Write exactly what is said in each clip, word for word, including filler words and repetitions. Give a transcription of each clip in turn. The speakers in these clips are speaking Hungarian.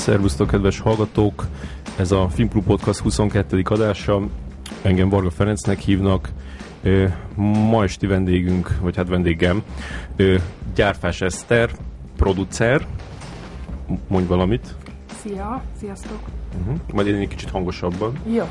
Szervusztok, kedves hallgatók! Ez a Filmklub Podcast huszonkettedik adása. Engem Varga Ferencnek hívnak. Ma esti vendégünk, vagy hát vendégem, Gyárfás Eszter, producer. Mondj valamit. Szia! Sziasztok! Uh-huh. Majd én egy kicsit hangosabban. Jó.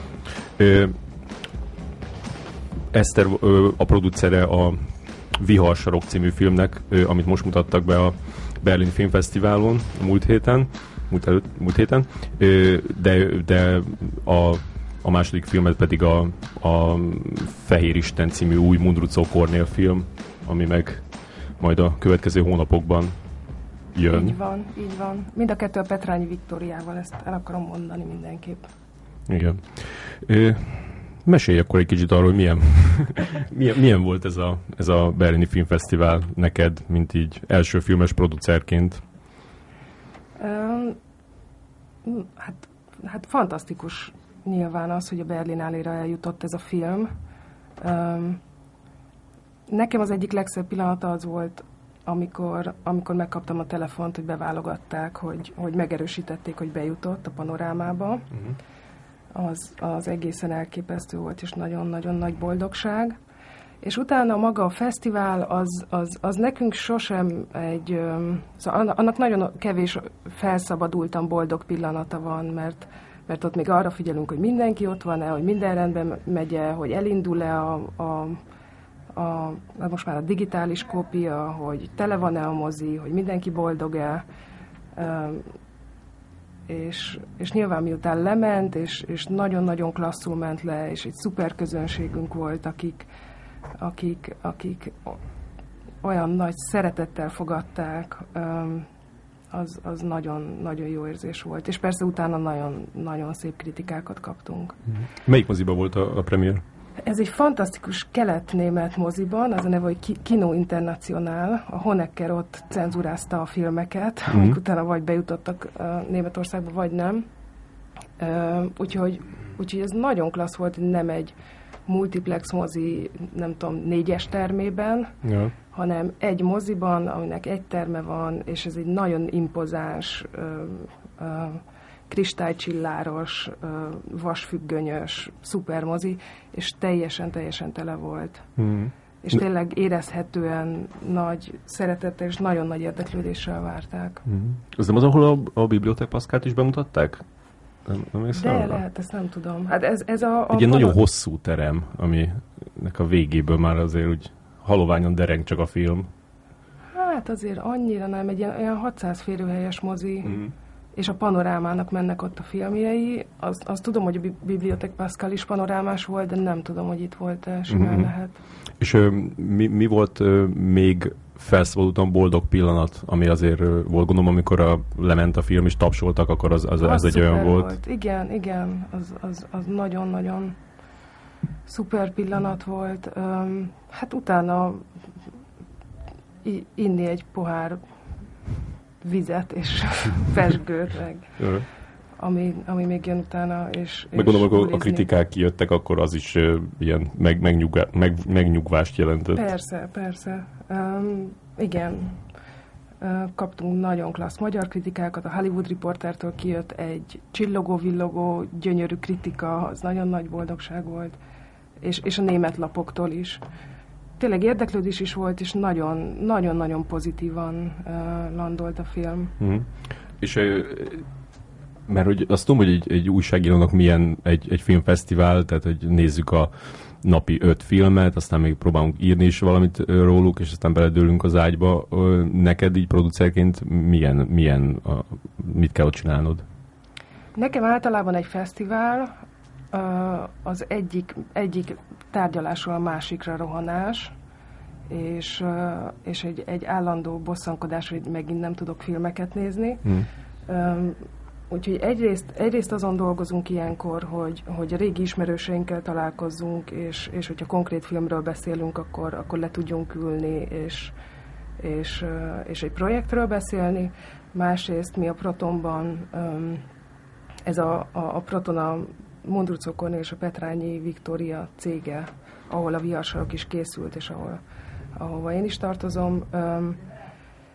Eszter a producere a Viharsarok című filmnek, amit most mutattak be a Berlin Filmfesztiválon múlt héten, múlt, előtt, múlt héten, de, de a, a második filmet pedig a, a Fehér Isten című új Mundruczó Kornél film, ami meg majd a következő hónapokban jön. Így van, így van. Mind a kettő a Petrányi Viktóriával, ezt el akarom mondani mindenképp. Igen. Mesélj akkor egy kicsit arról, hogy milyen, milyen, milyen volt ez a, ez a Berlini Filmfesztivál neked, mint így első filmes producerként? Um, hát, hát fantasztikus nyilván az, hogy a Berlinálére eljutott ez a film. Um, nekem az egyik legszebb pillanata az volt, amikor, amikor megkaptam a telefont, hogy beválogatták, hogy, hogy megerősítették, hogy bejutott a Panorámába. Uh-huh. Az, az egészen elképesztő volt, és nagyon-nagyon nagy boldogság. És utána maga a fesztivál, az, az, az nekünk sosem egy... Szóval annak nagyon kevés felszabadultan boldog pillanata van, mert, mert ott még arra figyelünk, hogy mindenki ott van-e, hogy minden rendben megy-e, hogy elindul-e a, a, a, a most már a digitális kópia, hogy tele van-e a mozi, hogy mindenki boldog-e. És, és nyilván miután lement, és, és nagyon-nagyon klasszul ment le, és egy szuper közönségünk volt, akik, akik, akik olyan nagy szeretettel fogadták, az, az nagyon, nagyon jó érzés volt. És persze utána nagyon, nagyon szép kritikákat kaptunk. Melyik moziban volt a, a premier? Ez egy fantasztikus kelet-német moziban, az a neve, hogy Kino International. A Honecker ott cenzúrázta a filmeket, mm. amik utána vagy bejutottak uh, Németországba, vagy nem. Uh, úgyhogy, úgyhogy ez nagyon klassz volt, nem egy multiplex mozi, nem tudom, négyes termében, ja. hanem egy moziban, aminek egy terme van, és ez egy nagyon impozáns, uh, uh, kristálycsilláros, vasfüggönyös, szupermozi, és teljesen-teljesen tele volt. Mm. És tényleg érezhetően nagy szeretettel és nagyon nagy érdeklődéssel várták. Mm. Ez nem az, ahol a, a Bibliothek Pascalt is bemutatták? Nem, nem De arra? Lehet, ezt nem tudom. Hát ez, ez a, a egy ilyen nagyon hosszú terem, aminek a végéből már azért úgy haloványan dereng csak a film. Hát azért annyira nem, egy ilyen, ilyen hatszáz férőhelyes mozi, mm. és a Panorámának mennek ott a filmjei. Azt, azt tudom, hogy a Bibliothek Pascal is panorámás volt, de nem tudom, hogy itt volt-e, simán mm-hmm. lehet. És ö, mi, mi volt ö, még felszabadultan boldog pillanat, ami azért ö, volt, gondolom, amikor a, lement a film és tapsoltak, akkor az, az, az, az egy olyan volt. volt. Igen, igen, az, az, az nagyon-nagyon szuper pillanat volt. Öm, hát utána inni egy pohár vizet és pesgőt, meg ami, ami még jön utána. És, meg gondolom, amikor a kritikák kijöttek, akkor az is uh, ilyen meg, megnyugvá, meg, megnyugvást jelentett. Persze, persze. Um, igen. Uh, kaptunk nagyon klassz magyar kritikákat. A Hollywood Reportertől kijött egy csillogó-villogó, gyönyörű kritika, az nagyon nagy boldogság volt. És, és a német lapoktól is. Tényleg érdeklődés is volt, és nagyon-nagyon pozitívan uh, landolt a film. Mm. És uh, mert hogy azt tudom, hogy egy, egy újságírónak milyen egy, egy filmfesztivál, tehát hogy nézzük a napi öt filmet, aztán még próbálunk írni is valamit róluk, és aztán beledőlünk az ágyba. Neked így producerként milyen, milyen a, mit kell ott csinálnod? Nekem általában egy fesztivál az egyik, egyik tárgyalásról a másikra rohanás, és, és egy, egy állandó bosszankodás, hogy megint nem tudok filmeket nézni. Hmm. Úgyhogy egyrészt, egyrészt azon dolgozunk ilyenkor, hogy, hogy a régi ismerőseinkkel találkozzunk, és, és hogyha konkrét filmről beszélünk, akkor, akkor le tudjunk ülni, és, és, és egy projektről beszélni. Másrészt mi a Protonban, ez a, a, a Proton a Mundruczó Kornél és a Petrányi Viktória cége, ahol a Viharsarok is készült, és ahol, ahova én is tartozom.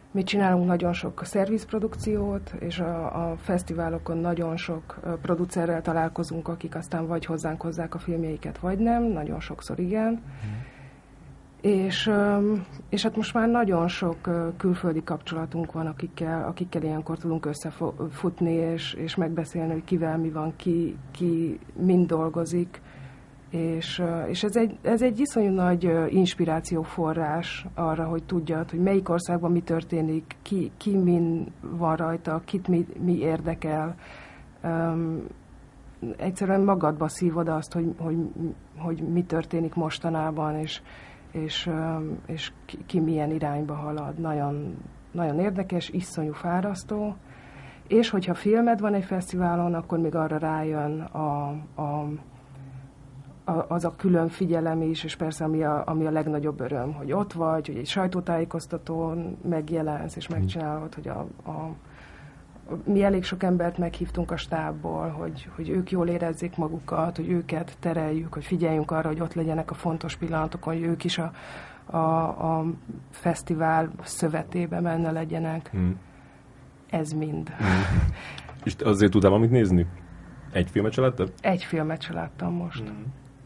Mi csinálunk nagyon sok szervizprodukciót, és a, a fesztiválokon nagyon sok producerrel találkozunk, akik aztán vagy hozzánk hozzák a filmjeiket, vagy nem, nagyon sokszor igen. Mm. És, és hát most már nagyon sok külföldi kapcsolatunk van, akikkel, akikkel ilyenkor tudunk összefutni, és, és megbeszélni, hogy kivel mi van, ki, ki mind dolgozik. És, és ez, egy, ez egy iszonyú nagy inspirációforrás arra, hogy tudjad, hogy melyik országban mi történik, ki, ki min van rajta, kit mi, mi érdekel. Um, egyszerűen magadba szívod azt, hogy, hogy, hogy mi történik mostanában, és, és, és ki, ki milyen irányba halad. Nagyon, nagyon érdekes, iszonyú fárasztó. És hogyha filmed van egy fesztiválon, akkor még arra rájön a, a az a külön figyelem is, és persze ami a, ami a legnagyobb öröm, hogy ott vagy, hogy egy sajtótájékoztatón megjelensz, és megcsinálod, hogy a, a, a, mi elég sok embert meghívtunk a stábból, hogy, hogy ők jól érezzék magukat, hogy őket tereljük, hogy figyeljünk arra, hogy ott legyenek a fontos pillanatokon, hogy ők is a, a, a fesztivál szövetébe menne legyenek. Hmm. Ez mind. Hmm. És azért tudtál valamit nézni? Egy filmet se láttad? Egy filmet se láttam most. Hmm.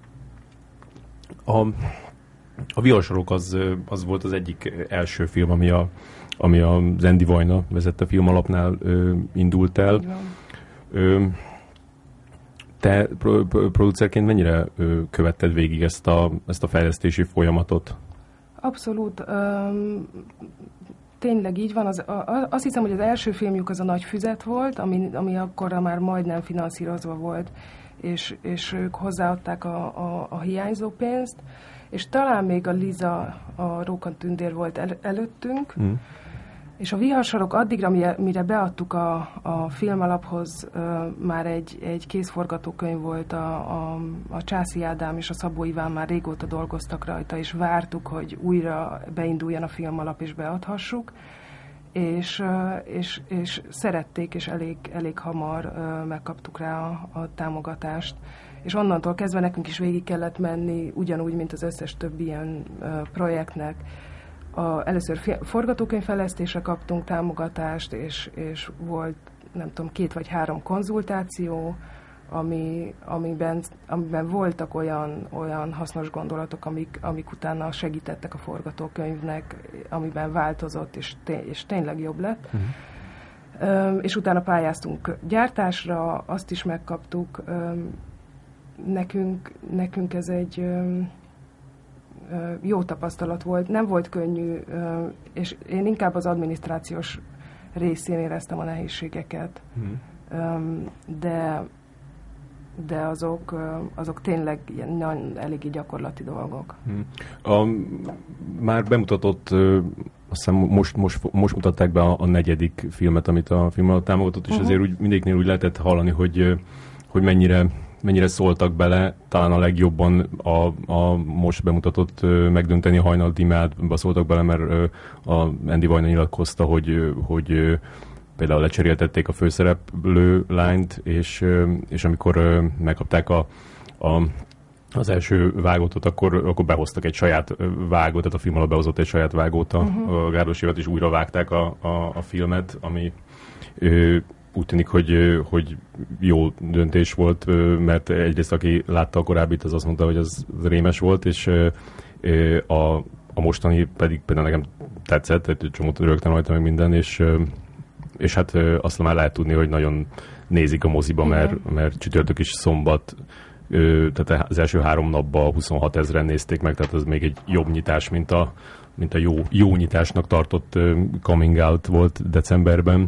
A, a Viharsorok az, az volt az egyik első film, ami, a, ami az Andy Vajna vezette filmalapnál ö, indult el. Ö, te pro, pro, producerként mennyire ö, követted végig ezt a, ezt a fejlesztési folyamatot? Abszolút. Öm, tényleg így van. Az, a, azt hiszem, hogy az első filmjük az a Nagy füzet volt, ami, ami akkorra már majdnem finanszírozva volt, és, és ők hozzáadták a, a, a hiányzó pénzt, és talán még a Liza, a Róka Tündér volt el, előttünk, mm. és a Viharsorok addigra, mire, mire beadtuk a, a filmalaphoz, uh, már egy, egy készforgatókönyv volt, a, a, a Császi Ádám és a Szabó Iván már régóta dolgoztak rajta, és vártuk, hogy újra beinduljon a filmalap, és beadhassuk, és, uh, és, és szerették, és elég, elég hamar uh, megkaptuk rá a, a támogatást. És onnantól kezdve nekünk is végig kellett menni, ugyanúgy, mint az összes többi ilyen uh, projektnek. A, először fi, forgatókönyvfejlesztésre kaptunk támogatást, és, és volt, nem tudom, két vagy három konzultáció, ami, amiben, amiben voltak olyan, olyan hasznos gondolatok, amik, amik utána segítettek a forgatókönyvnek, amiben változott, és, té, és tényleg jobb lett. Uh-huh. Um, és utána pályáztunk gyártásra, azt is megkaptuk. Um, nekünk, nekünk ez egy... Um, jó tapasztalat volt, nem volt könnyű, és én inkább az adminisztrációs részén éreztem a nehézségeket, hmm. de, de azok, azok tényleg nagyon eléggé gyakorlati dolgok. Hmm. A, már bemutatott, azt hiszem most, most, most mutatták be a, a negyedik filmet, amit a film alatt támogatott, és uh-huh. azért úgy, mindegyiknél úgy lehetett hallani, hogy, hogy mennyire mennyire szóltak bele, talán a legjobban a, a most bemutatott uh, Megdönteni a hajnalt imádba szóltak bele, mert uh, a Andy Vajna nyilatkozta, hogy, uh, hogy uh, például lecseréltették a főszereplő lányt, és, uh, és amikor uh, megkapták a, a, az első vágótot, akkor, akkor behoztak egy saját vágót, tehát a film alatt behozott egy saját vágót a, uh-huh. a Gárdos évet, és újra vágták a, a, a filmet, ami uh, úgy tűnik, hogy, hogy jó döntés volt, mert egyrészt aki látta a korábbit, az azt mondta, hogy az rémes volt, és a, a mostani pedig például nekem tetszett, egy csomót rögtön rajta meg minden, és, és hát azt már lehet tudni, hogy nagyon nézik a moziba, mert, mert csütörtök is szombat, tehát az első három napban huszonhat ezren nézték meg, tehát az még egy jobb nyitás, mint a, mint a jó, jó nyitásnak tartott coming out volt decemberben.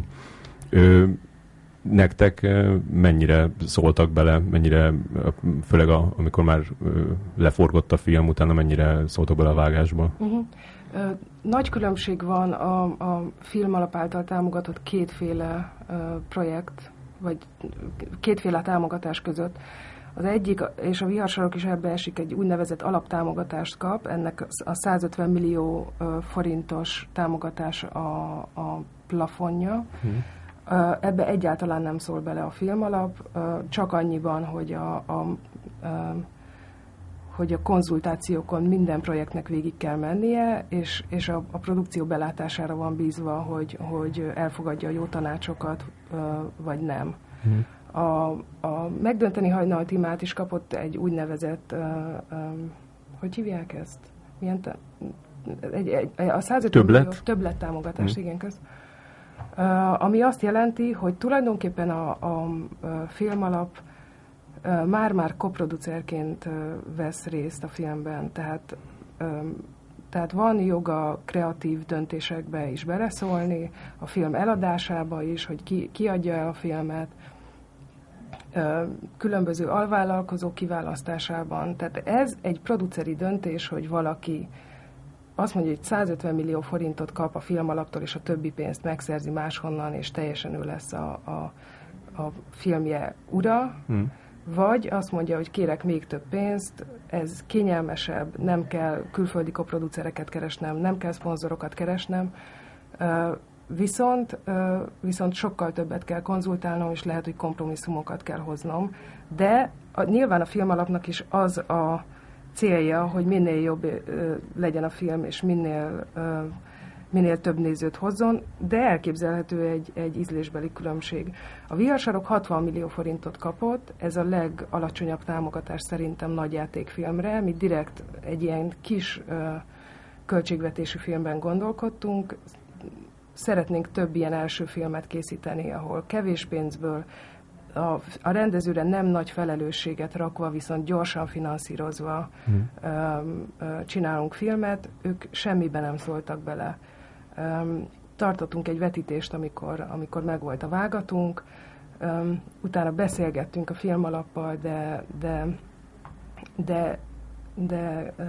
Nektek mennyire szóltak bele, mennyire, főleg a, amikor már leforgott a film, utána mennyire szóltak bele a vágásba? Uh-huh. Nagy különbség van a, a film alap által támogatott kétféle uh, projekt, vagy kétféle támogatás között. Az egyik, és a Viharsorok is ebbe esik, egy úgynevezett alaptámogatást kap, ennek a százötven millió uh, forintos támogatás a, a plafonja. Uh-huh. Ebbe egyáltalán nem szól bele a filmalap, csak annyiban, hogy, a, a, a, hogy a konzultációkon minden projektnek végig kell mennie, és, és a, a produkció belátására van bízva, hogy, hogy elfogadja a jó tanácsokat, vagy nem. Mm. A, a Megdönteni hajnaltimát is kapott egy úgynevezett, uh, um, hogy hívják ezt? Milyen te, egy, egy, a százötven millió többlet támogatást, mm. igen, köz. Uh, ami azt jelenti, hogy tulajdonképpen a, a, a filmalap uh, már-már koproducerként uh, vesz részt a filmben, tehát, um, tehát van joga kreatív döntésekbe is beleszólni, a film eladásába is, hogy ki, ki adja el a filmet, különböző alvállalkozók kiválasztásában. Tehát ez egy produceri döntés, hogy valaki azt mondja, hogy százötven millió forintot kap a filmalaptól, és a többi pénzt megszerzi máshonnan, és teljesen ő lesz a, a, a filmje ura, hmm. vagy azt mondja, hogy kérek még több pénzt, ez kényelmesebb, nem kell külföldi koproducereket keresnem, nem kell szponzorokat keresnem, Viszont, viszont sokkal többet kell konzultálnom, és lehet, hogy kompromisszumokat kell hoznom. De a, nyilván a filmalapnak is az a célja, hogy minél jobb legyen a film, és minél, minél több nézőt hozzon, de elképzelhető egy, egy ízlésbeli különbség. A Viharsarok hatvan millió forintot kapott, ez a legalacsonyabb támogatás szerintem nagyjátékfilmre, mi direkt egy ilyen kis költségvetésű filmben gondolkodtunk. Szeretnénk több ilyen első filmet készíteni, ahol kevés pénzből, a, a rendezőre nem nagy felelősséget rakva, viszont gyorsan finanszírozva hmm. ö, ö, csinálunk filmet, ők semmiben nem szóltak bele. Ö, tartottunk egy vetítést, amikor, amikor megvolt a vágatunk, ö, utána beszélgettünk a filmalappal, de, de, de, de ö,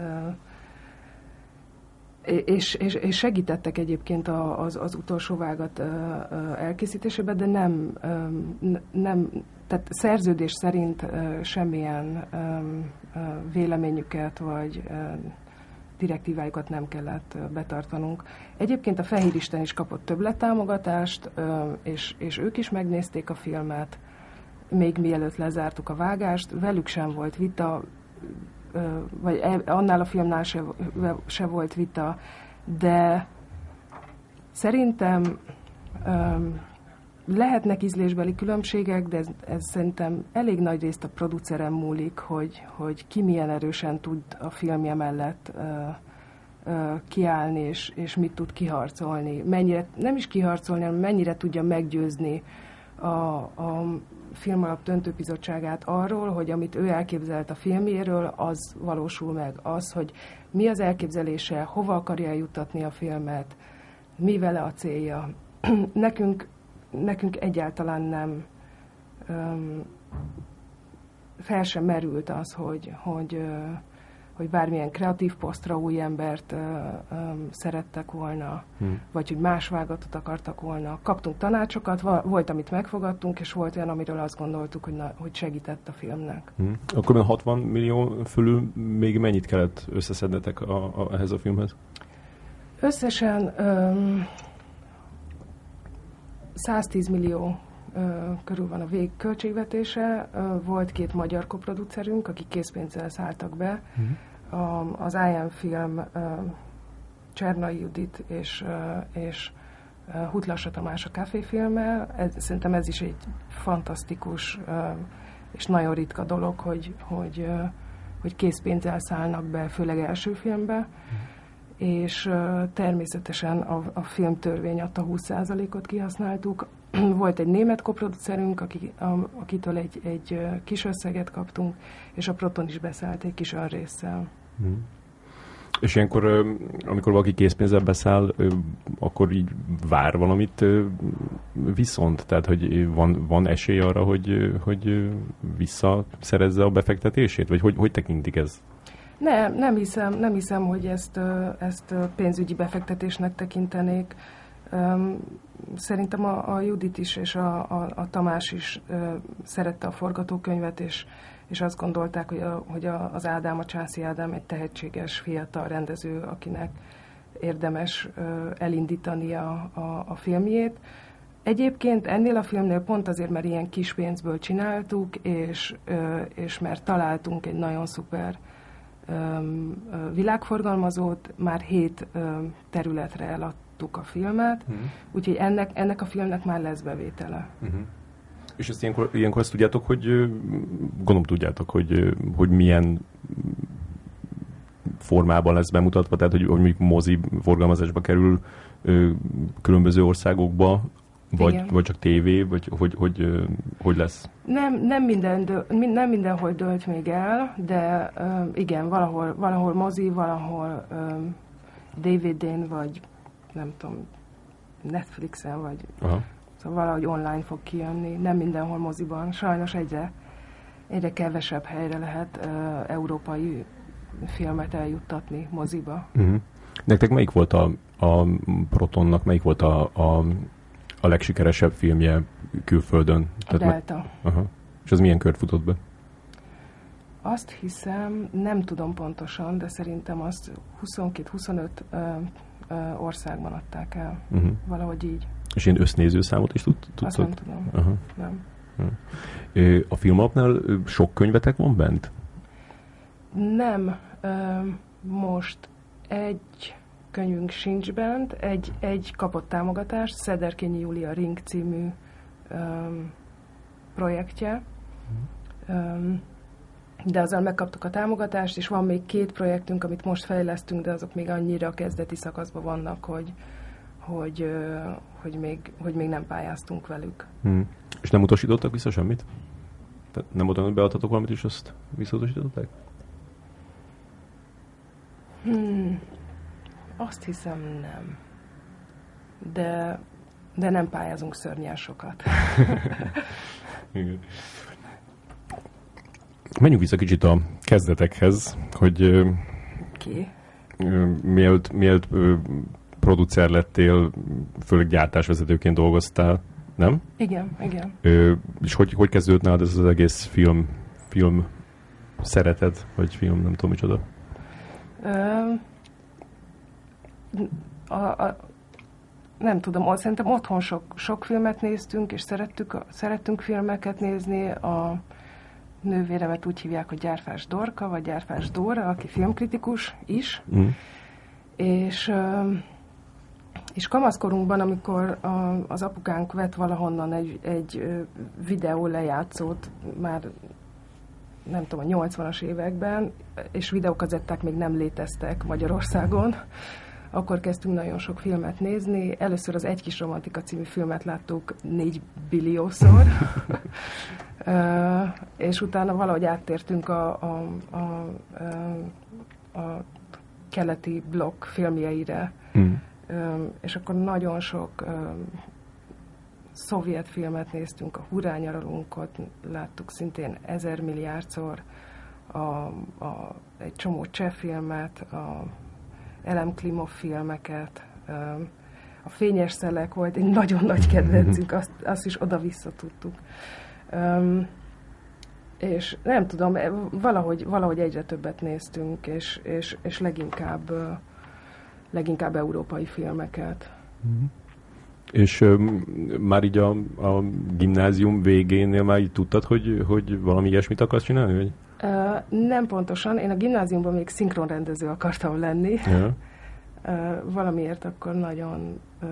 És, és, és segítettek egyébként az, az utolsó vágat elkészítésében, de nem, nem, tehát szerződés szerint semmilyen véleményüket vagy direktívájukat nem kellett betartanunk. Egyébként a Fehér Isten is kapott többlettámogatást, és, és ők is megnézték a filmet, még mielőtt lezártuk a vágást, velük sem volt vita, vagy annál a filmnál se, se volt vita, de szerintem um, lehetnek ízlésbeli különbségek, de ez, ez szerintem elég nagy részt a produceren múlik, hogy, hogy ki milyen erősen tud a filmje mellett uh, uh, kiállni, és, és mit tud kiharcolni. Mennyire, nem is kiharcolni, hanem mennyire tudja meggyőzni a, a Filmalap döntőbizottságát arról, hogy amit ő elképzelt a filmjéről, az valósul meg. Az, hogy mi az elképzelése, hova akarja eljutatni a filmet, mi vele a célja. nekünk, nekünk egyáltalán nem um, fel sem merült az, hogy, hogy, uh, hogy bármilyen kreatív posztra új embert uh, um, szerettek volna, hmm. vagy hogy más vágatot akartak volna. Kaptunk tanácsokat, volt, amit megfogadtunk, és volt olyan, amiről azt gondoltuk, hogy, na, hogy segített a filmnek. Hmm. Akkor hatvan millió fölül még mennyit kellett összeszednetek a, a, ehhez a filmhez? Összesen um, száztíz millió uh, körül van a végköltségvetése. Uh, volt két magyar koproducerünk, akik készpénzzel szálltak be. Hmm. A, az I M Film uh, Csernai Judit és, uh, és uh, Hutlassa Tamás a Café filmmel. Ez, szerintem ez is egy fantasztikus uh, és nagyon ritka dolog, hogy, hogy, uh, hogy készpénzzel szállnak be, főleg első filmbe. Hmm. És uh, természetesen a, a filmtörvény adta húsz százalékot kihasználtuk. Volt egy német koproducerünk, aki, a, akitől egy, egy kis összeget kaptunk, és a Proton is beszállt egy kis önrésszel. Hmm. És ilyenkor, amikor valaki készpénzzel beszáll, akkor így vár valamit viszont? Tehát, hogy van, van esély arra, hogy, hogy visszaszerezze a befektetését? Vagy hogy, hogy tekintik ez? Nem, nem hiszem, nem hiszem, hogy ezt, ezt pénzügyi befektetésnek tekintenék. Szerintem a, a Judit is és a, a, a Tamás is szerette a forgatókönyvet, és, és azt gondolták, hogy, a, hogy a, az Ádám, a Császi Ádám egy tehetséges fiatal rendező, akinek érdemes elindítani a, a, a filmjét. Egyébként ennél a filmnél pont azért, mert ilyen kis pénzből csináltuk, és, és mert találtunk egy nagyon szuper világforgalmazót, már hét területre eladtuk a filmet, uh-huh. úgyhogy ennek, ennek a filmnek már lesz bevétele. Uh-huh. És ezt ilyenkor, ilyenkor azt tudjátok, hogy gondolom tudjátok, hogy, hogy milyen formában lesz bemutatva, tehát hogy, hogy mondjuk mozi forgalmazásba kerül különböző országokba, vagy, vagy csak tévé, vagy hogy, hogy, hogy lesz? Nem, nem, minden, nem mindenhol dölt még el, de uh, igen, valahol, valahol mozi, valahol um, dé vé dén, vagy nem tudom, Netflixen, vagy Aha. szóval valahogy online fog kijönni. Nem mindenhol moziban. Sajnos egyre, egyre kevesebb helyre lehet uh, európai filmet eljuttatni moziba. Uh-huh. Nektek melyik volt a, a Protonnak, melyik volt a, a a legsikeresebb filmje külföldön? A Delta. Me- Aha. És az milyen kört futott be? Azt hiszem, nem tudom pontosan, de szerintem azt huszonkettő-huszonöt ö, ö, országban adták el. Uh-huh. Valahogy így. És ilyen össznéző számot is tud, tudtad? Azt nem tudom. Aha. Nem. Aha. A Filmalapnál sok könyvetek van bent? Nem. Ö, most egy könyvünk sincs bent, egy, egy kapott támogatást, Szederkényi Júlia Ring című um, projektje, um, de azzal megkaptuk a támogatást, és van még két projektünk, amit most fejlesztünk, de azok még annyira kezdeti szakaszban vannak, hogy, hogy, uh, hogy, még, hogy még nem pályáztunk velük. Hmm. És nem utasítottak vissza semmit? Tehát nem volt olyan, hogy beadtatok valamit, és azt visszautasították? Hmm. Azt hiszem nem. De, de nem pályázunk szörnyen sokat. Menjünk vissza kicsit a kezdetekhez, hogy Ki? Mielőtt, mielőtt producer lettél, főleg gyártásvezetőként dolgoztál, nem? Igen, igen. Ö, és hogy, hogy kezdődött nálad ez az egész film, film szeretet, vagy film, nem tudom micsoda? Ö, A, a, nem tudom, szerintem otthon sok, sok filmet néztünk, és szerettük, szerettünk filmeket nézni. A nővéremet úgy hívják, hogy Gyárfás Dorka, vagy Gyárfás Dóra, aki filmkritikus is. Mm. És, és kamaszkorunkban, amikor a, az apukánk vett valahonnan egy, egy videó lejátszót, már nem tudom, a nyolcvanas években, és videókazetták még nem léteztek Magyarországon, akkor kezdtünk nagyon sok filmet nézni. Először az Egy kis romantika című filmet láttuk négy billiószor, uh, és utána valahogy áttértünk a, a, a, a, a keleti blokk filmjeire, mm. um, és akkor nagyon sok um, szovjet filmet néztünk, a Hurrá nyaralunkot láttuk szintén ezer milliárdszor, a, a, egy csomó cseh filmet, a Elem Klimov filmeket, a Fényes szelek volt egy nagyon nagy kedvencünk, azt, azt is oda-vissza tudtuk. És nem tudom, valahogy, valahogy egyre többet néztünk, és, és, és leginkább, leginkább európai filmeket. És um, már így a, a gimnázium végénél már így tudtad, hogy, hogy valami ilyesmit akarsz csinálni? Vagy? Uh, nem pontosan. Én a gimnáziumban még szinkronrendező akartam lenni. Yeah. Uh, valamiért akkor nagyon uh,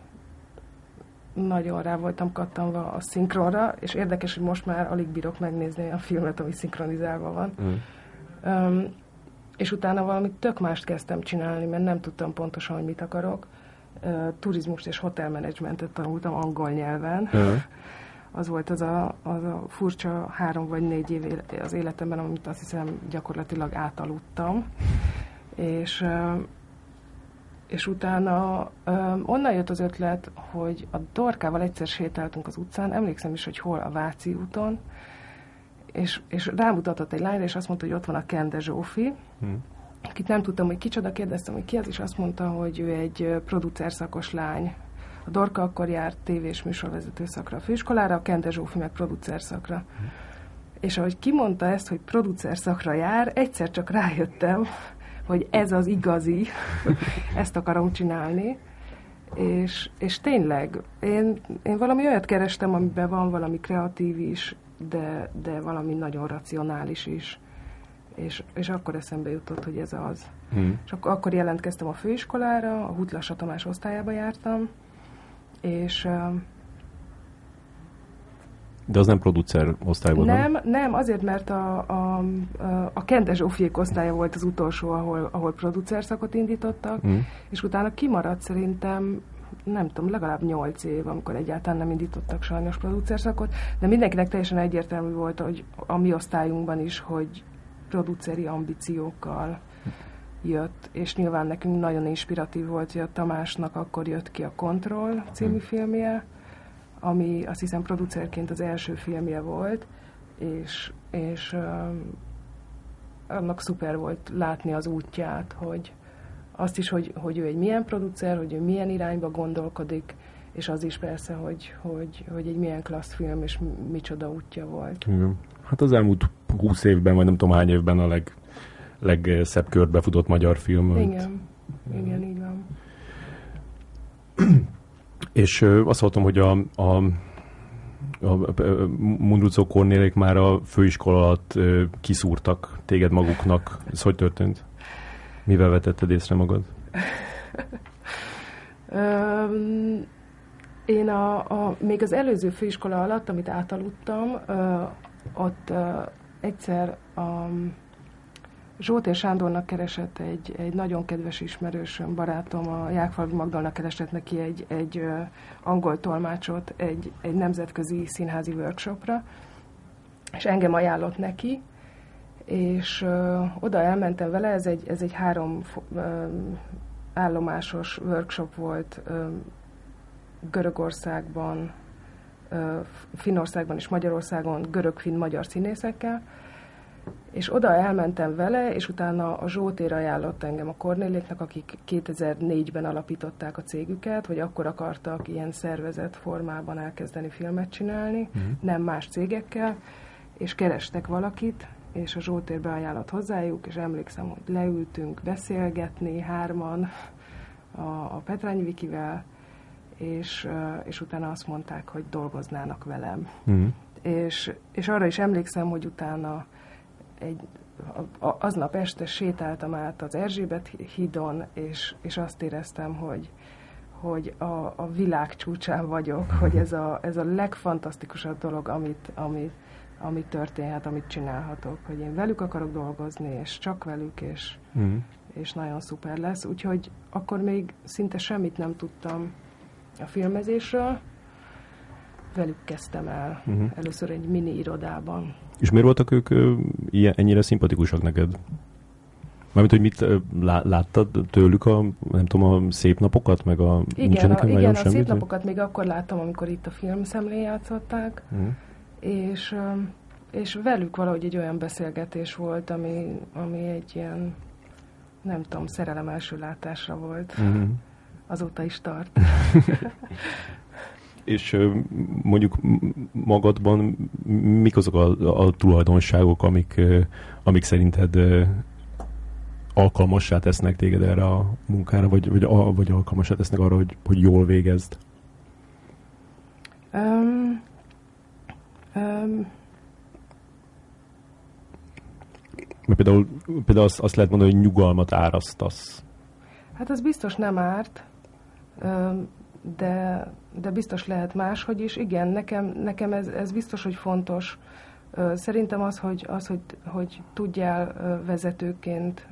nagyon rá voltam kattanva a szinkronra, és érdekes, hogy most már alig bírok megnézni a filmet, ami szinkronizálva van. Mm. Um, és utána valami tök mást kezdtem csinálni, mert nem tudtam pontosan, hogy mit akarok. Uh, turizmust és hotelmenedzsmentet tanultam angol nyelven. Mm. Az volt az a, az a furcsa három vagy négy év az életemben, amit azt hiszem gyakorlatilag átaludtam. És, és utána onnan jött az ötlet, hogy a Dorkával egyszer sétáltunk az utcán, emlékszem is, hogy hol, a Váci úton, és, és rámutatott egy lányra, és azt mondta, hogy ott van a Kende Zsófi, hmm. akit nem tudtam, hogy kicsoda, kérdeztem, hogy ki az, és azt mondta, hogy ő egy producer szakos lány. A Dorka akkor járt tévés műsorvezető szakra a főiskolára, a Kende Zsófi meg producer szakra. Hmm. És ahogy kimondta ezt, hogy producer szakra jár, egyszer csak rájöttem, hogy ez az igazi, ezt akarom csinálni. És, és tényleg, én, én valami olyat kerestem, amiben van valami kreatív is, de, de valami nagyon racionális is. és, és akkor eszembe jutott, hogy ez az. Mm. És ak- akkor jelentkeztem a főiskolára, a Hutlassa Tamás osztályába jártam, és... De az nem producer osztályban, nem? Nem, nem, azért, mert a, a, a Kende Zsófiék osztálya volt az utolsó, ahol, ahol producer szakot indítottak, mm. és utána kimaradt szerintem, nem tudom, legalább nyolc év, amikor egyáltalán nem indítottak sajnos producer szakot, de mindenkinek teljesen egyértelmű volt, hogy a mi osztályunkban is, hogy produceri ambíciókkal jött, és nyilván nekünk nagyon inspiratív volt, hogy a Tamásnak akkor jött ki a Control című mm. filmje, ami azt hiszem producerként az első filmje volt, és, és uh, annak szuper volt látni az útját, hogy azt is, hogy, hogy ő egy milyen producer, hogy ő milyen irányba gondolkodik, és az is persze, hogy, hogy, hogy egy milyen klassz film, és micsoda útja volt. Igen. Hát az elmúlt húsz évben, vagy nem tudom hány évben a leg, legszebb körbe futott magyar film. Igen, igen, így van. És ö, azt hallottam, hogy a, a, a Mundruczó Kornélék már a főiskola alatt ö, kiszúrtak téged maguknak. Ez hogy történt? Mivel vetetted észre magad? um, én a, a, még az előző főiskola alatt, amit átaludtam, uh, ott uh, egyszer a Zsótér Sándornak keresett egy, egy nagyon kedves ismerősöm, barátom, a Jákfalvi Magdalnak keresett neki egy, egy uh, angol tolmácsot egy, egy nemzetközi színházi workshopra, és engem ajánlott neki, és uh, oda elmentem vele, ez egy, ez egy három uh, állomásos workshop volt uh, Görögországban, uh, Finnországban és Magyarországon görög-finn-magyar színészekkel, és oda elmentem vele, és utána a Zsótér ajánlott engem a Kornéléknak, akik kétezer-négyben alapították a cégüket, vagy akkor akartak ilyen szervezett formában elkezdeni filmet csinálni, mm. nem más cégekkel, és kerestek valakit, és a Zsótér beajánlott hozzájuk, és emlékszem, hogy leültünk beszélgetni hárman a, a Petrányi Vikivel, és, és utána azt mondták, hogy dolgoznának velem. Mm. És, és arra is emlékszem, hogy utána egy, a, aznap este sétáltam át az Erzsébet hídon, és, és azt éreztem, hogy, hogy a, a világ csúcsán vagyok, hogy ez a, ez a legfantasztikusabb dolog, amit, amit, amit történhet, amit csinálhatok, hogy én velük akarok dolgozni, és csak velük, és, mm. és nagyon szuper lesz. Úgyhogy akkor még szinte semmit nem tudtam a filmezésről, velük kezdtem el, mm. először egy mini irodában. És miért voltak ők ö, ilyen, ennyire szimpatikusak neked? Mármint, hogy mit ö, lá, láttad tőlük a, nem tudom, a szép napokat, meg a... Igen, a, igen, a semmit, szép napokat még akkor láttam, amikor itt a filmszemlén játszották, mm. és, ö, és velük valahogy egy olyan beszélgetés volt, ami, ami egy ilyen, nem tudom, szerelem első látásra volt. Mm. Azóta is tart. És mondjuk magadban mik azok a, a tulajdonságok, amik, amik szerinted alkalmassá tesznek téged erre a munkára, vagy, vagy, vagy alkalmassá tesznek arra, hogy, hogy jól végezd? Um, um, Mert például, például azt, azt lehet mondani, hogy nyugalmat árasztasz. Hát az biztos nem árt. Um, De, de biztos lehet máshogy is. Igen, nekem, nekem ez, ez biztos, hogy fontos. Szerintem az, hogy, az, hogy, hogy tudjál vezetőként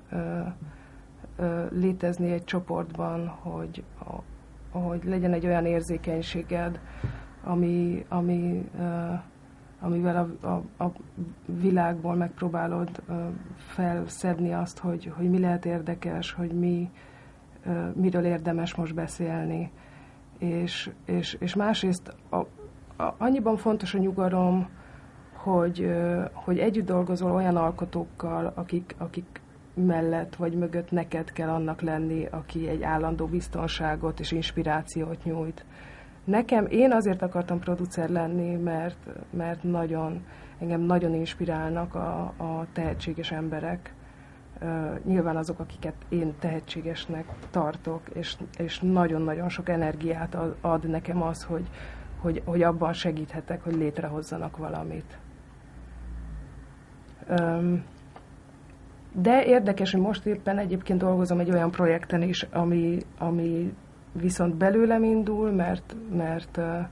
létezni egy csoportban, hogy, hogy legyen egy olyan érzékenységed, ami, ami, amivel a, a, a világból megpróbálod felszedni azt, hogy, hogy mi lehet érdekes, hogy mi, miről érdemes most beszélni. És, és, és másrészt a, a, annyiban fontos a nyugalom, hogy, hogy együtt dolgozol olyan alkotókkal, akik, akik mellett vagy mögött neked kell annak lenni, aki egy állandó biztonságot és inspirációt nyújt. Nekem, én azért akartam producer lenni, mert, mert nagyon, engem nagyon inspirálnak a, a tehetséges emberek. Uh, nyilván azok, akiket én tehetségesnek tartok, és, és nagyon-nagyon sok energiát ad, ad nekem az, hogy, hogy, hogy abban segíthetek, hogy létrehozzanak valamit. Um, De érdekes, hogy most éppen egyébként dolgozom egy olyan projekten is, ami, ami viszont belőlem indul, mert, mert,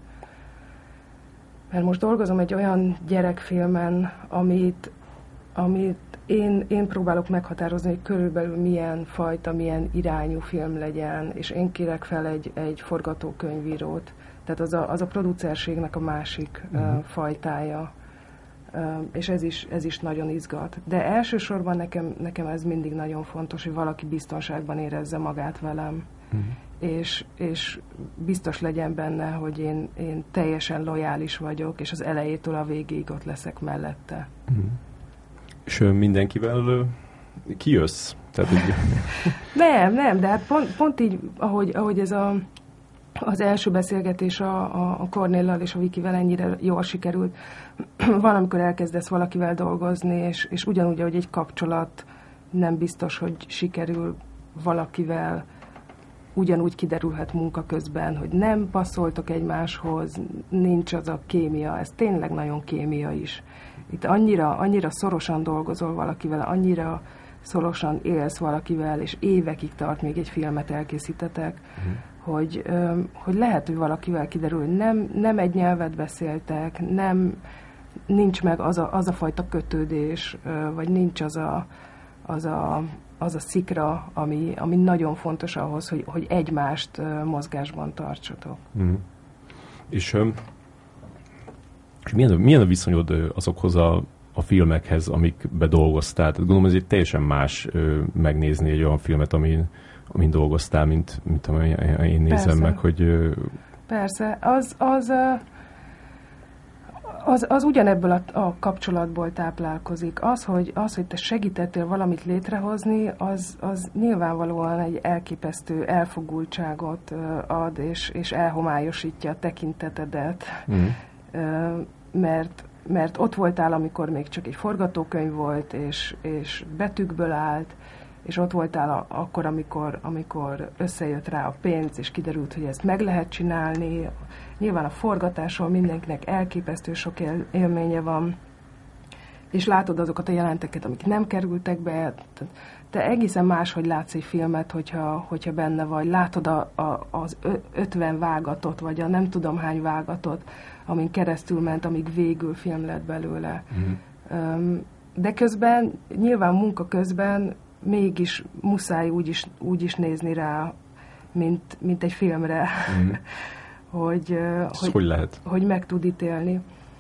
mert most dolgozom egy olyan gyerekfilmen, amit, amit én, én próbálok meghatározni, hogy körülbelül milyen fajta, milyen irányú film legyen, és én kérek fel egy, egy forgatókönyvírót. Tehát az a, az a producerségnek a másik uh-huh. uh, fajtája. Uh, és ez is, ez is nagyon izgat. De elsősorban nekem, nekem ez mindig nagyon fontos, hogy valaki biztonságban érezze magát velem. Uh-huh. És, és biztos legyen benne, hogy én, én teljesen lojális vagyok, és az elejétől a végéig ott leszek mellette. Uh-huh. És mindenkivel kijössz? Tehát, hogy... nem, nem, de hát pont, pont így, ahogy, ahogy ez a, az első beszélgetés a, a, a Kornéllal és a Vikivel ennyire jól sikerült, valamikor elkezdesz valakivel dolgozni, és, és ugyanúgy, ahogy egy kapcsolat nem biztos, hogy sikerül valakivel, ugyanúgy kiderülhet munka közben, hogy nem passzoltok egymáshoz, nincs az a kémia, ez tényleg nagyon kémia is. Itt annyira, annyira szorosan dolgozol valakivel, annyira szorosan élsz valakivel, és évekig tart, még egy filmet elkészítetek, uh-huh. hogy, hogy lehet, hogy valakivel kiderül, hogy nem, nem egy nyelvet beszéltek, nem, nincs meg az a, az a fajta kötődés, vagy nincs az a, az a, az a szikra, ami, ami nagyon fontos ahhoz, hogy, hogy egymást mozgásban tartsatok. Uh-huh. És... Um... És milyen, milyen a viszonyod azokhoz a, a filmekhez, amikbe dolgoztál? Tehát gondolom, ez egy teljesen más ö, megnézni egy olyan filmet, amin, amin dolgoztál, mint, mint amely én nézem Persze. meg, hogy... Ö... Persze. Az, az, az, az ugyanebből a, a kapcsolatból táplálkozik. Az hogy, az, hogy te segítettél valamit létrehozni, az, az nyilvánvalóan egy elképesztő elfogultságot ad, és, és elhomályosítja a tekintetedet. Mm. Mert, mert ott voltál, amikor még csak egy forgatókönyv volt, és, és betűkből állt, és ott voltál a, akkor, amikor, amikor összejött rá a pénz, és kiderült, hogy ezt meg lehet csinálni. Nyilván a forgatásról mindenkinek elképesztő sok él, élménye van, és látod azokat a jelenteket, amik nem kerültek be. Te egészen máshogy látsz egy filmet, hogyha, hogyha benne vagy. Látod a, a, az ötven vágatot, vagy a nem tudom hány vágatot, amin keresztül ment, amíg végül film lett belőle. Mm. De közben, nyilván munka közben mégis muszáj úgy is, úgy is nézni rá, mint, mint egy filmre, mm. hogy, hogy, hogy, lehet? hogy meg tud ítélni.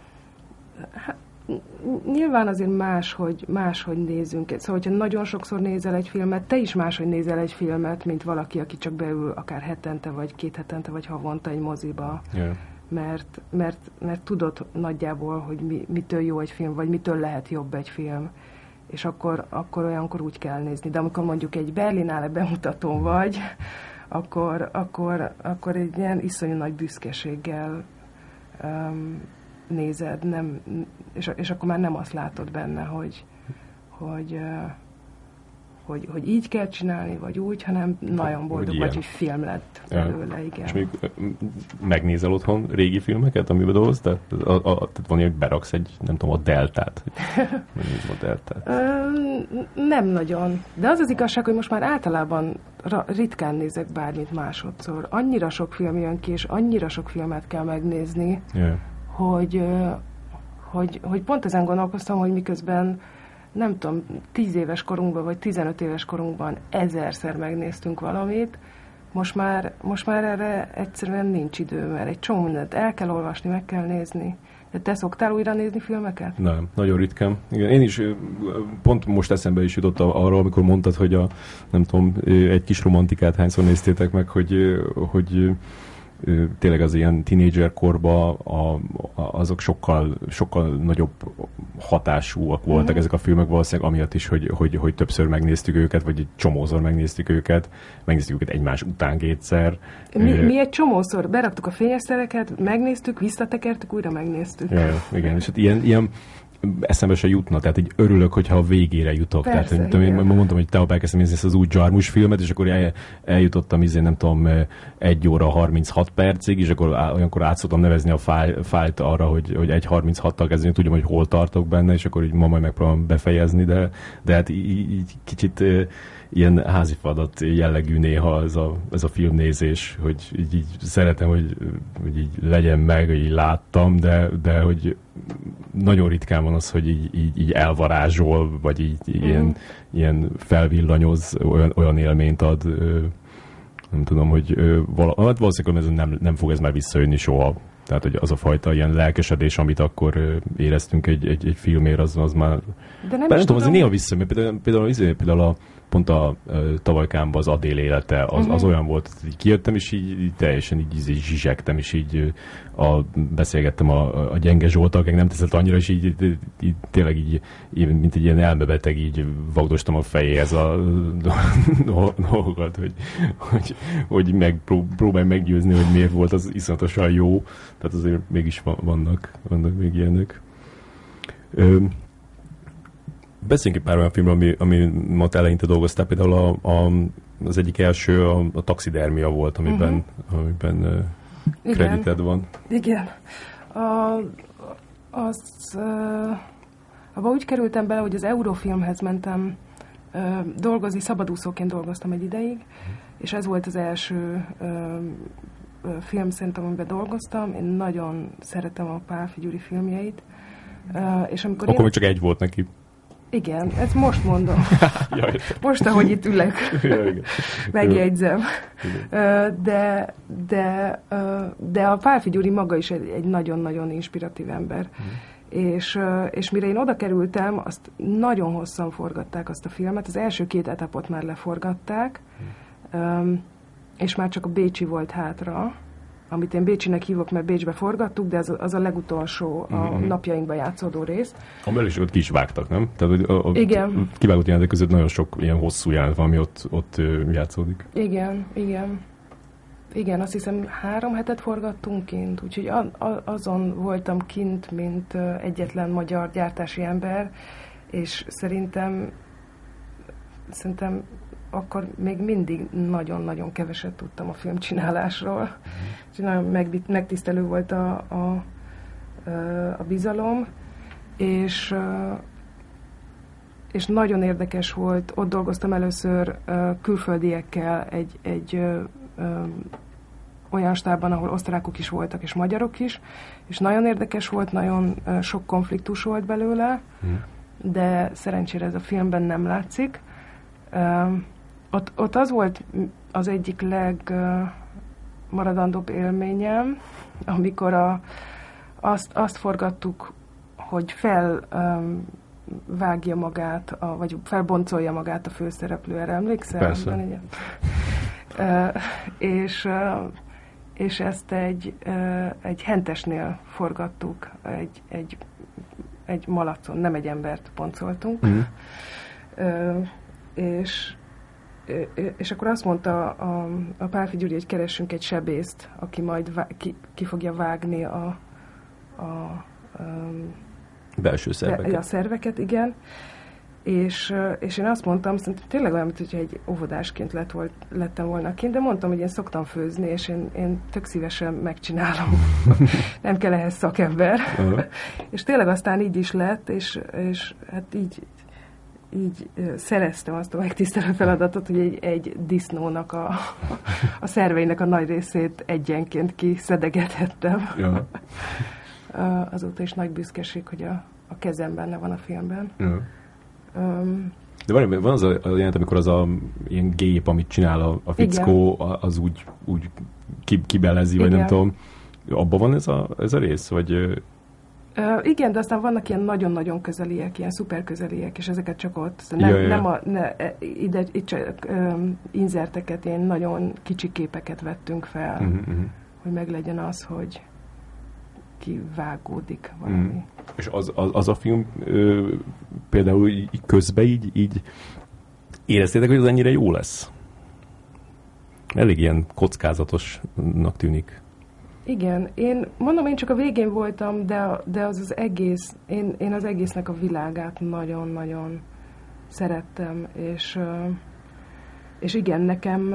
Hát, nyilván azért máshogy, máshogy nézünk. Szóval, hogyha nagyon sokszor nézel egy filmet, te is máshogy nézel egy filmet, mint valaki, aki csak beül akár hetente, vagy két hetente, vagy havonta egy moziba. Yeah. Mert, mert, mert tudod nagyjából, hogy mi, mitől jó egy film, vagy mitől lehet jobb egy film. És akkor, akkor olyankor úgy kell nézni. De amikor mondjuk egy Berlinale bemutatón vagy, akkor, akkor, akkor egy ilyen iszonyú nagy büszkeséggel um, nézed, nem, és, és akkor már nem azt látod benne, hogy, hogy, uh, hogy, hogy így kell csinálni, vagy úgy, hanem nagyon boldog hogy vagy, hogy film lett belőle, igen. És még megnézel otthon régi filmeket, amiben dolgoztál? Tehát, a, a, tehát van ilyen, hogy beraksz egy, nem tudom, a Deltát. Megnézem a Deltát. Nem nagyon. De az az igazság, hogy most már általában ritkán nézek bármit másodszor. Annyira sok film jön ki, és annyira sok filmet kell megnézni, yeah. hogy, hogy, hogy pont ezen gondolkoztam, hogy miközben nem tudom, tíz éves korunkban, vagy tizenöt éves korunkban ezerszer megnéztünk valamit, most már, most már erre egyszerűen nincs idő, mert egy csomó mindent el kell olvasni, meg kell nézni. De te szoktál újra nézni filmeket? Nem, nagyon ritkán. Igen, én is pont most eszembe is jutott arról, amikor mondtad, hogy a, nem tudom, egy kis romantikát hányszor néztétek meg, hogy, hogy tényleg az ilyen tínédzser korban a, a, azok sokkal, sokkal nagyobb hatásúak voltak mm-hmm. ezek a filmek, valószínűleg amiatt is, hogy, hogy, hogy többször megnéztük őket, vagy egy csomószor megnéztük őket, megnéztük őket egymás után kétszer. Mi, mi egy csomószor beraktuk a fényeszereket, megnéztük, visszatekertük, újra megnéztük. Ja, igen, és hát ilyen, ilyen eszembe se jutna, tehát így örülök, hogyha a végére jutok. Persze, tehát én mondtam, hogy tegnap elkezdtem nézni ezt az új Jarmusch filmet, és akkor el, eljutottam izé, nem tudom, egy óra harminchat percig, és akkor olyankor át szoktam nevezni a fájl, fájlt arra, hogy, hogy egy harminchattal kezdeni, tudjam, hogy hol tartok benne, és akkor így ma majd megpróbálom befejezni, de, de hát így, így kicsit ilyen házi feladat jellegű néha ez a, ez a filmnézés, hogy így, így szeretem, hogy, hogy így legyen meg, hogy így láttam, de, de hogy nagyon ritkán van az, hogy így, így, így elvarázsol, vagy így mm. ilyen, ilyen felvillanyoz, olyan, olyan élményt ad, nem tudom, hogy vala, valószínűleg ez nem, nem fog ez már visszajönni soha. Tehát, hogy az a fajta ilyen lelkesedés, amit akkor éreztünk egy, egy, egy filmért, az, az már... De nem, nem tudom, azért néha vissza, mert például, például, például a pont a Tavalykámban az Adél élete, az, uh-huh. az olyan volt, hogy így kijöttem, és így, így teljesen így, így zsizsegtem, és így a, beszélgettem a, a gyenge Zsoltal, akik nem teszett annyira, és így, így, így tényleg így, így, mint egy ilyen elmebeteg, így vagdostam a fejéhez a dolgokat, hogy, hogy, hogy megpróbálj meggyőzni, hogy miért volt az iszonyatosan jó. Tehát azért mégis vannak, vannak még ilyenek. Ö, Beszéljünk egy pár olyan filmről, ami, ami ma eleinte dolgoztál, például a, a, az egyik első a, a Taxidermia volt, amiben, uh-huh. amiben uh, kredited van. Igen. A, az, uh, abba úgy kerültem bele, hogy az Eurofilmhez mentem uh, dolgozni, szabadúszóként dolgoztam egy ideig, uh-huh. és ez volt az első uh, uh, film szerintem, amiben dolgoztam. Én nagyon szeretem a Pálffy Gyuri filmjeit. Uh, és amikor Akkor én... még csak egy volt neki. Igen, ezt most mondom. Most, ahogy itt ülök, megjegyzem. De, de, de a Pálffy Gyuri maga is egy, egy nagyon-nagyon inspiratív ember. Mm. És, és mire én oda kerültem, azt nagyon hosszan forgatták azt a filmet. Az első két etapot már leforgatták, mm. és már csak a bécsi volt hátra, amit én Bécsinek hívok, mert Bécsbe forgattuk, de az, az a legutolsó a mm-hmm. napjainkban játszódó rész. Amivel is ott ki is vágtak, nem? Tehát a, a igen. kivágott jelenetek között nagyon sok ilyen hosszú jelenet van, ami ott, ott játszódik. Igen, igen. Igen, azt hiszem három hetet forgattunk kint, úgyhogy a, a, azon voltam kint, mint egyetlen magyar gyártási ember, és szerintem szerintem akkor még mindig nagyon-nagyon keveset tudtam a filmcsinálásról. Mm. Nagyon megtisztelő volt a, a, a bizalom, és, és nagyon érdekes volt, ott dolgoztam először külföldiekkel egy, egy olyan stábban, ahol osztrákok is voltak, és magyarok is, és nagyon érdekes volt, nagyon sok konfliktus volt belőle, mm. de szerencsére ez a filmben nem látszik. Ott, ott az volt az egyik legmaradandóbb élményem, amikor a, azt, azt forgattuk, hogy felvágja um, magát, a, vagy felboncolja magát a főszereplő, erre emlékszel? Persze. uh, és, uh, és ezt egy, uh, egy hentesnél forgattuk, egy, egy, egy malacon, nem egy embert boncoltunk. Mm. Uh, és és akkor azt mondta a, a Pálffy Gyuri, hogy keressünk egy sebészt, aki majd vá, ki, ki fogja vágni a, a, a belső szerveket. A szerveket, igen. És, és én azt mondtam, szerintem tényleg olyan, mintha egy óvodásként lett volt, lettem volna kint, de mondtam, hogy én szoktam főzni, és én, én tök szívesen megcsinálom. Nem kell ehhez szakember. Uh-huh. És tényleg aztán így is lett, és, és hát így így szereztem azt a megtisztelő feladatot, hogy egy, egy disznónak a, a szerveinek a nagy részét egyenként kiszedegethettem. Ja. Azóta is nagy büszkeség, hogy a, a kezem benne van a filmben. Ja. Um, De van, van az a, a jelent, amikor az a ilyen gép, amit csinál a, a fickó, igen. az úgy, úgy kibelezi, vagy igen. nem tudom. Abban van ez a, ez a rész? Vagy... Uh, igen, de aztán vannak ilyen nagyon-nagyon közeliek, ilyen szuper közeliek, és ezeket csak ott, nem, ja, ja. nem a, ne, ide, itt csak um, inzerteket, ilyen nagyon kicsi képeket vettünk fel, uh-huh, uh-huh. hogy meglegyen az, hogy kivágódik valami. Uh-huh. És az, az, az a film ö, például így közben így, így éreztétek, hogy az ennyire jó lesz? Elég ilyen kockázatosnak tűnik. Igen, én mondom, én csak a végén voltam, de, de az az egész, én, én az egésznek a világát nagyon-nagyon szerettem, és, és igen, nekem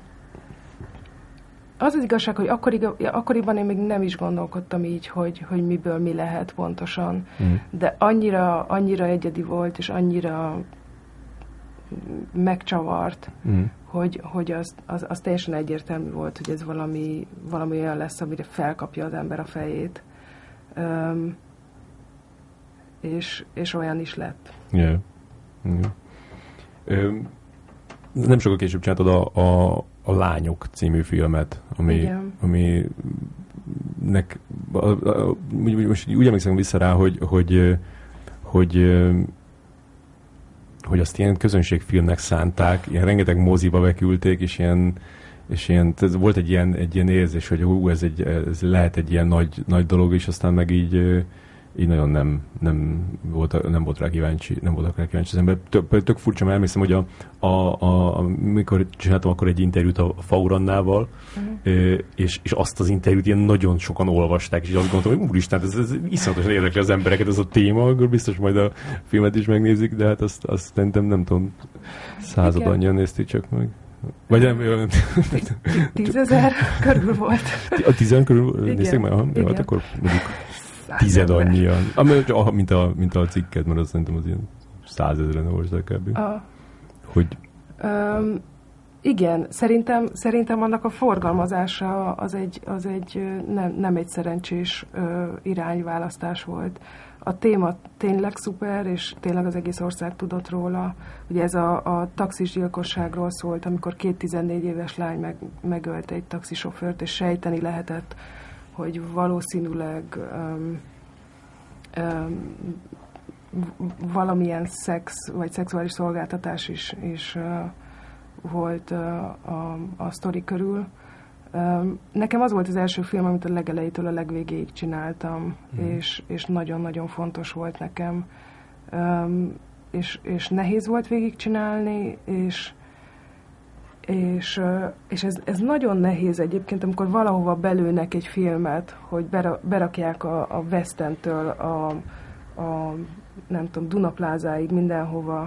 az az igazság, hogy akkori, akkoriban én még nem is gondolkodtam így, hogy, hogy miből mi lehet pontosan, mm. de annyira, annyira egyedi volt, és annyira megcsavart, mm. hogy, hogy az, az, az teljesen egyértelmű volt, hogy ez valami, valami olyan lesz, amire felkapja az ember a fejét. Um, és, és olyan is lett. Yeah. Yeah. Um, nem sokkal később csináltad a, a, a Lányok című filmet, ami, ami nek, a, a, most úgy emlékszem vissza rá, hogy, hogy, hogy, hogy azt ilyen közönségfilmnek szánták, ilyen rengeteg moziba beküldték, és ilyen, és ilyen volt egy ilyen, egy ilyen érzés, hogy hú, ez, egy, ez lehet egy ilyen nagy, nagy dolog, és aztán meg így így nagyon nem, nem, volt, nem volt rá kíváncsi, nem voltak rá kíváncsi az ember. Tök, tök furcsa, mert emlékszem, hogy a, a, a, amikor csináltam akkor egy interjút a Faurannával, uh-huh. és, és azt az interjút ilyen nagyon sokan olvasták, és azt gondoltam, hogy úristen, ez, ez iszonyatosan érdekli az embereket, ez a téma, akkor biztos majd a filmet is megnézik, de hát azt, azt szerintem nem tudom, század annyian nézték csak meg. Vagy nem, tízezer körül volt. A tizen körül nézték meg? Aha, jó, hát akkor mondjuk tized annyian. Mint a, mint a cikket, mert azt szerintem az ilyen százezren olvasták kb. Hogy... Um, igen, szerintem, szerintem annak a forgalmazása az egy, az egy nem, nem egy szerencsés uh, irányválasztás volt. A téma tényleg szuper, és tényleg az egész ország tudott róla. Ugye ez a, a taxis gyilkosságról szólt, amikor két tizennégy éves lány meg, megölte egy taxisofőrt, és sejteni lehetett, hogy valószínűleg um, um, valamilyen szex vagy szexuális szolgáltatás is, is uh, volt uh, a, a sztori körül. Um, nekem az volt az első film, amit a legelejétől a legvégéig csináltam, mm. és, és nagyon-nagyon fontos volt nekem. Um, és, és nehéz volt végigcsinálni, és És, és ez, ez nagyon nehéz egyébként, amikor valahova belőnek egy filmet, hogy berakják a, a West Endtől a, a nem tudom, Dunaplázáig, mindenhova,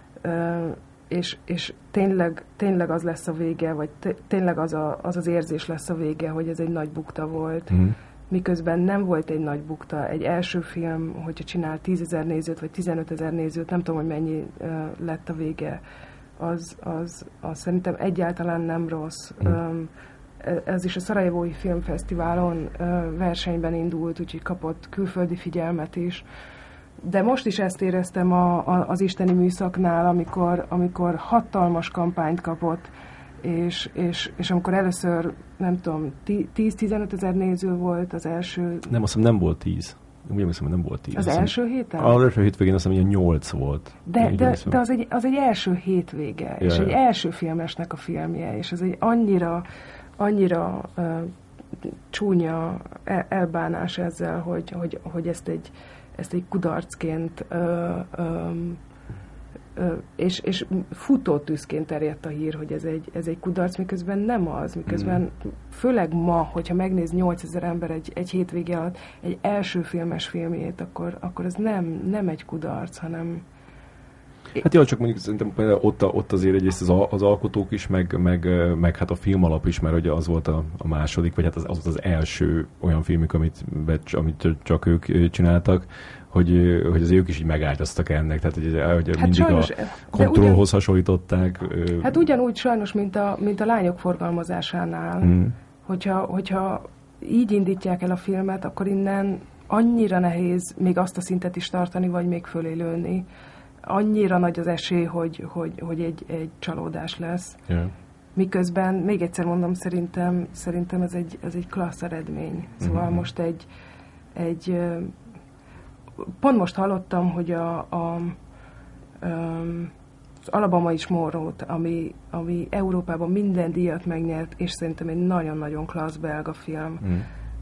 és, és tényleg, tényleg az lesz a vége, vagy tényleg az, a, az az érzés lesz a vége, hogy ez egy nagy bukta volt. Mm. Miközben nem volt egy nagy bukta. Egy első film, hogyha csinál tízezer nézőt, vagy tizenötezer nézőt, nem tudom, hogy mennyi lett a vége, Az, az, az szerintem egyáltalán nem rossz. Mm. Ez is a Szarajevói Filmfesztiválon versenyben indult, úgyhogy kapott külföldi figyelmet is. De most is ezt éreztem a, a, az isteni műszaknál, amikor, amikor hatalmas kampányt kapott, és, és, és amikor először, nem tudom, tíz-tizenöt ezer néző volt az első... Nem, azt hiszem nem volt tíz. Úgy emlékszem, hogy nem volt tíz. Az azt első héten? Az első hétvégén azt hiszem, hogy nyolc volt. De, de, de az, egy, az egy első hétvége, ja, és ja. egy első filmesnek a filmje, és ez egy annyira, annyira uh, csúnya elbánás ezzel, hogy, hogy, hogy ezt, egy, ezt egy kudarcként uh, um, uh, és, és futótűzként terjedt a hír, hogy ez egy, ez egy kudarc, miközben nem az, miközben mm. főleg ma, hogyha megnéz nyolcezer ember egy, egy hétvége alatt egy első filmes filmjét, akkor, akkor ez nem, nem egy kudarc, hanem... Hát jó, csak mondjuk szerintem ott, ott azért egyrészt az, az alkotók is, meg, meg, meg hát a filmalap is, mert ugye az volt a, a második, vagy hát az, az volt az első olyan filmük, amit, amit csak ők csináltak, hogy, hogy az ők is így megáldoztak ennek, tehát hogy, hogy hát mindig sajnos, a kontrollhoz ugyan, hasonlították. Hát ugyanúgy sajnos, mint a, mint a Lányok forgalmazásánál, mm. hogyha, hogyha így indítják el a filmet, akkor innen annyira nehéz még azt a szintet is tartani, vagy még fölé lőni. Annyira nagy az esély, hogy, hogy, hogy egy, egy csalódás lesz. Yeah. Miközben, még egyszer mondom, szerintem, szerintem ez egy, ez egy klassz eredmény. Szóval mm-hmm. most egy, egy pont most hallottam, hogy a, a, az Alabama is Monroe-t, ami, ami Európában minden díjat megnyert, és szerintem egy nagyon-nagyon klassz belga film. Mm.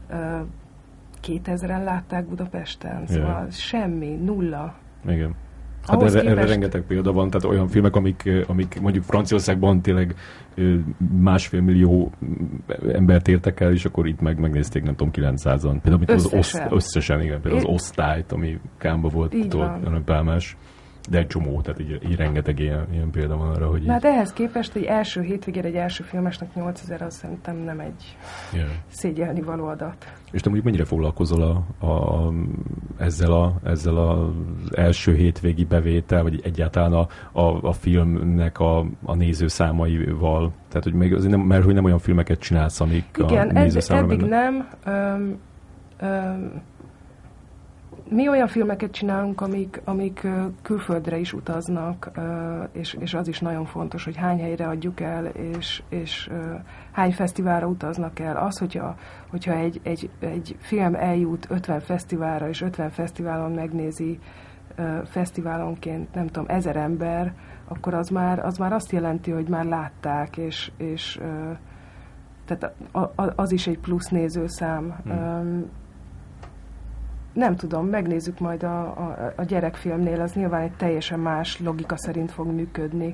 kétezren látták Budapesten, szóval yeah. semmi, nulla. Igen. Hát erre, képest... erre rengeteg példa van, tehát olyan filmek, amik, amik mondjuk Franciaországban tényleg másfél millió embert értek el, és akkor itt meg megnézték, nem tudom, kilencszázan. Például összesen. Az osz, összesen, igen, például az Osztályt, ami Cannes-ba volt, Pálmás, de egy csomó, tehát így, így rengeteg ilyen, ilyen példa van arra, hogy... Na hát ehhez képest egy első hétvégére egy első filmesnek nyolcezer, az szerintem nem egy yeah. szégyelni való adat. És te mondjuk mennyire foglalkozol a, a, ezzel, a, ezzel az első hétvégi bevétel, vagy egyáltalán a, a, a filmnek a, a nézőszámaival? Tehát, hogy még azért nem, mert hogy nem olyan filmeket csinálsz, amik igen, a nézőszámra eddig mennek. nem. Öm, öm, Mi olyan filmeket csinálunk, amik, amik külföldre is utaznak, és, és az is nagyon fontos, hogy hány helyre adjuk el, és, és hány fesztiválra utaznak el. Az, hogyha, hogyha egy, egy, egy film eljut ötven fesztiválra, és ötven fesztiválon megnézi fesztiválonként, nem tudom, ezer ember, akkor az már, az már azt jelenti, hogy már látták, és, és tehát az is egy plusz nézőszám. Hmm. Nem tudom, megnézzük majd a, a, a gyerekfilmnél, az nyilván egy teljesen más logika szerint fog működni,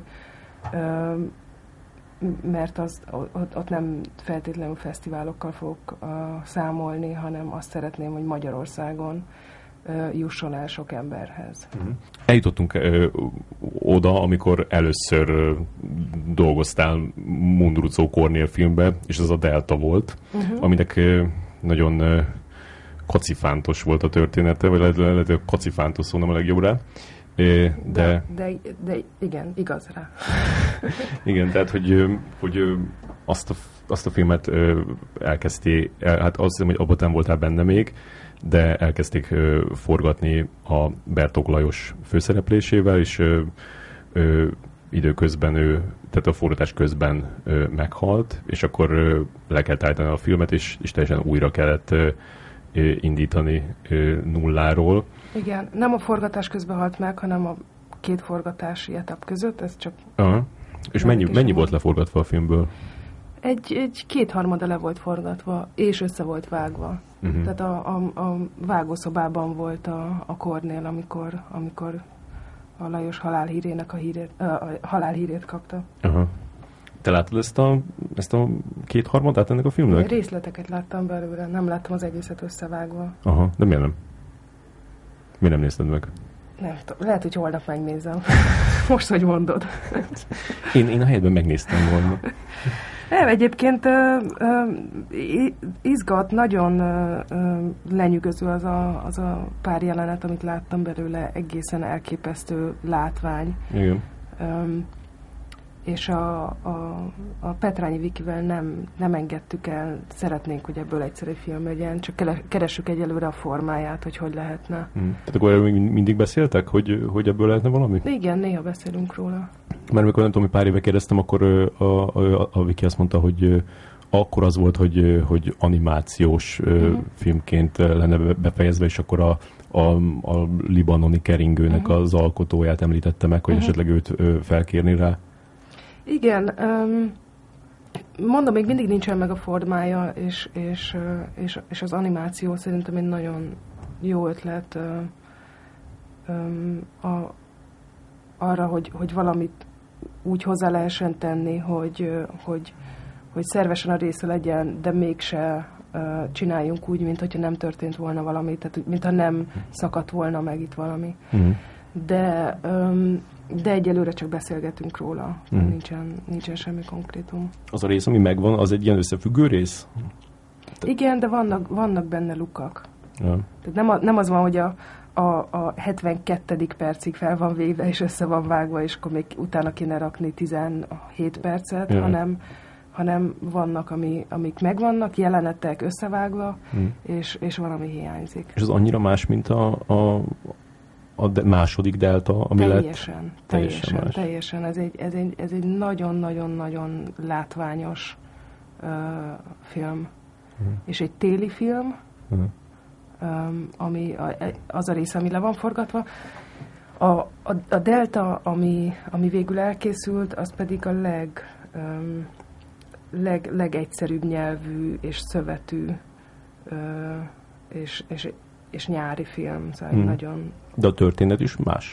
mert az, ott, ott nem feltétlenül fesztiválokkal fogok számolni, hanem azt szeretném, hogy Magyarországon jusson el sok emberhez. Eljutottunk ö, oda, amikor először ö, dolgoztál Mundruczó Kornél filmbe, és ez a Delta volt, uh-huh. aminek ö, nagyon... Ö, kacifántos volt a története, vagy lehet, lehet hogy kacifántos szó nem a legjobb rá. De, de, de, de igen, igaz rá. Igen, tehát, hogy, hogy azt, a, azt a filmet elkezdték, hát azt hiszem, hogy abban nem voltál benne még, de elkezdték forgatni a Bertók Lajos főszereplésével, és időközben ő, tehát a forgatás közben meghalt, és akkor le kellett állítani a filmet, és, és teljesen újra kellett indítani nulláról. Igen, nem a forgatás közben halt meg, hanem a két forgatási etap között, ez csak... Aha. És mennyi, mennyi volt leforgatva a filmből? Egy, egy kétharmada le volt forgatva, és össze volt vágva. Uh-huh. Tehát a, a, a vágószobában volt a, a Kornél, amikor, amikor a Lajos halálhírének a, hírét, a, a halálhírét kapta. Aha. Te láttad ezt a, ezt a kétharmadát ennek a filmnek? Én részleteket láttam belőle, nem láttam az egészet összevágva. Aha, de miért nem? Miért nem nézted meg? Nem tudom, lehet, hogy holnap megnézem. Most, hogy mondod. Én, én a helyben megnéztem volna. Nem, egyébként uh, uh, izgat, nagyon uh, lenyűgöző az a, az a pár jelenet, amit láttam belőle, egészen elképesztő látvány. Igen. Um, és a, a, a Petrányi Vikivel nem, nem engedtük el, szeretnénk, hogy ebből egyszer egy film legyen, csak keressük egyelőre a formáját, hogy hogy lehetne. Hmm. Tehát akkor mindig beszéltek, hogy, hogy ebből lehetne valami? Igen, néha beszélünk róla. Mert amikor nem tudom, hogy pár éve kérdeztem, akkor a, a, a, a Viki azt mondta, hogy akkor az volt, hogy, hogy animációs uh-huh. filmként lenne befejezve, és akkor a, a, a libanoni keringőnek uh-huh. az alkotóját említette meg, hogy uh-huh. esetleg őt felkérni rá. Igen, um, mondom, még mindig nincsen meg a formája, és, és, és, és az animáció szerintem egy nagyon jó ötlet uh, um, a, arra, hogy, hogy valamit úgy hozzá lehessen tenni, hogy, hogy, hogy szervesen a része legyen, de mégse uh, csináljunk úgy, mint hogyha nem történt volna valami, tehát mintha nem szakadt volna meg itt valami. Mm. De... Um, De egyelőre csak beszélgetünk róla, hmm. nincsen, nincsen semmi konkrétum. Az a rész, ami megvan, az egy ilyen összefüggő rész? Igen, de vannak, vannak benne lukak. Ja. Tehát nem, a, nem az van, hogy a, a, a hetvenkettedik percig fel van véve, és össze van vágva, és akkor még utána kéne rakni tizenhét percet, ja. hanem, hanem vannak, ami, amik megvannak, jelenetek összevágva, hmm. és, és van, ami hiányzik. És az annyira más, mint a... a a de második Delta, ami teljesen, lett... Teljesen, teljesen. Teljesen. Ez egy, ez egy, ez egy nagyon-nagyon-nagyon látványos uh, film. Uh-huh. És egy téli film, uh-huh. um, ami a, az a része, ami le van forgatva. A, a, a Delta, ami, ami végül elkészült, az pedig a leg, um, leg, legegyszerűbb nyelvű és szövetű uh, és, és és nyári film, szóval hmm. nagyon... De a történet is más?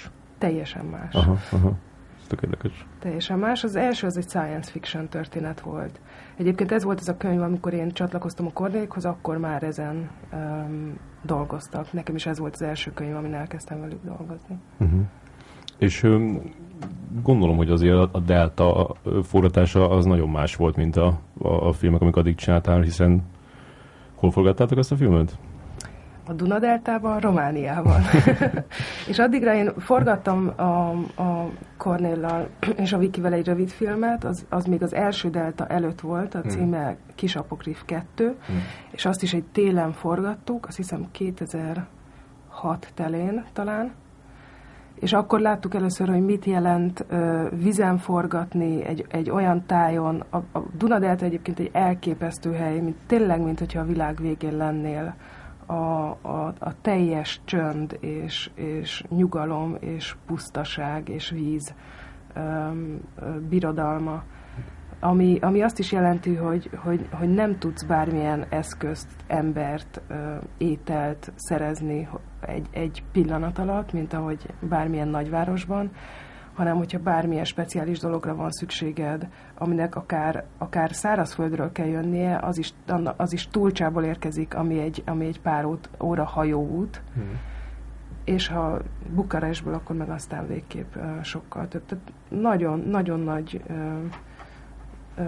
teljesen más. Aha, aha. Tök érdekes. Teljesen más. Az első az egy science fiction történet volt. Egyébként ez volt ez a könyv, amikor én csatlakoztam a Cornélékhoz, akkor már ezen um, dolgoztak. Nekem is ez volt az első könyv, amin elkezdtem velük dolgozni. Uh-huh. És um, gondolom, hogy azért a Delta forgatása az nagyon más volt, mint a, a, a filmek, amik addig csináltál, hiszen hol forgattátok ezt a filmet? A Dunadeltában, Romániában. És addigra én forgattam a, a Cornéllal és a Vikivel egy rövid filmet, az, az még az első Delta előtt volt, a címe hmm. Kis Apokrif kettő, hmm. és azt is egy télen forgattuk, azt hiszem kétezer-hat telén talán, és akkor láttuk először, hogy mit jelent uh, vizen forgatni egy, egy olyan tájon. A, a Dunadelta egyébként egy elképesztő hely, mint, tényleg, mint hogyha a világ végén lennél. A, a, a teljes csönd és, és nyugalom és pusztaság és víz um, birodalma, ami, ami azt is jelenti, hogy, hogy, hogy nem tudsz bármilyen eszközt, embert, uh, ételt szerezni egy, egy pillanat alatt, mint ahogy bármilyen nagyvárosban, hanem hogyha bármilyen speciális dologra van szükséged, aminek akár, akár szárazföldről kell jönnie, az is, az is Tulcsából érkezik, ami egy, ami egy pár út, óra hajóút, hmm. és ha Bukarestből, akkor meg aztán végképp uh, sokkal több. Tehát nagyon, nagyon nagy uh, uh,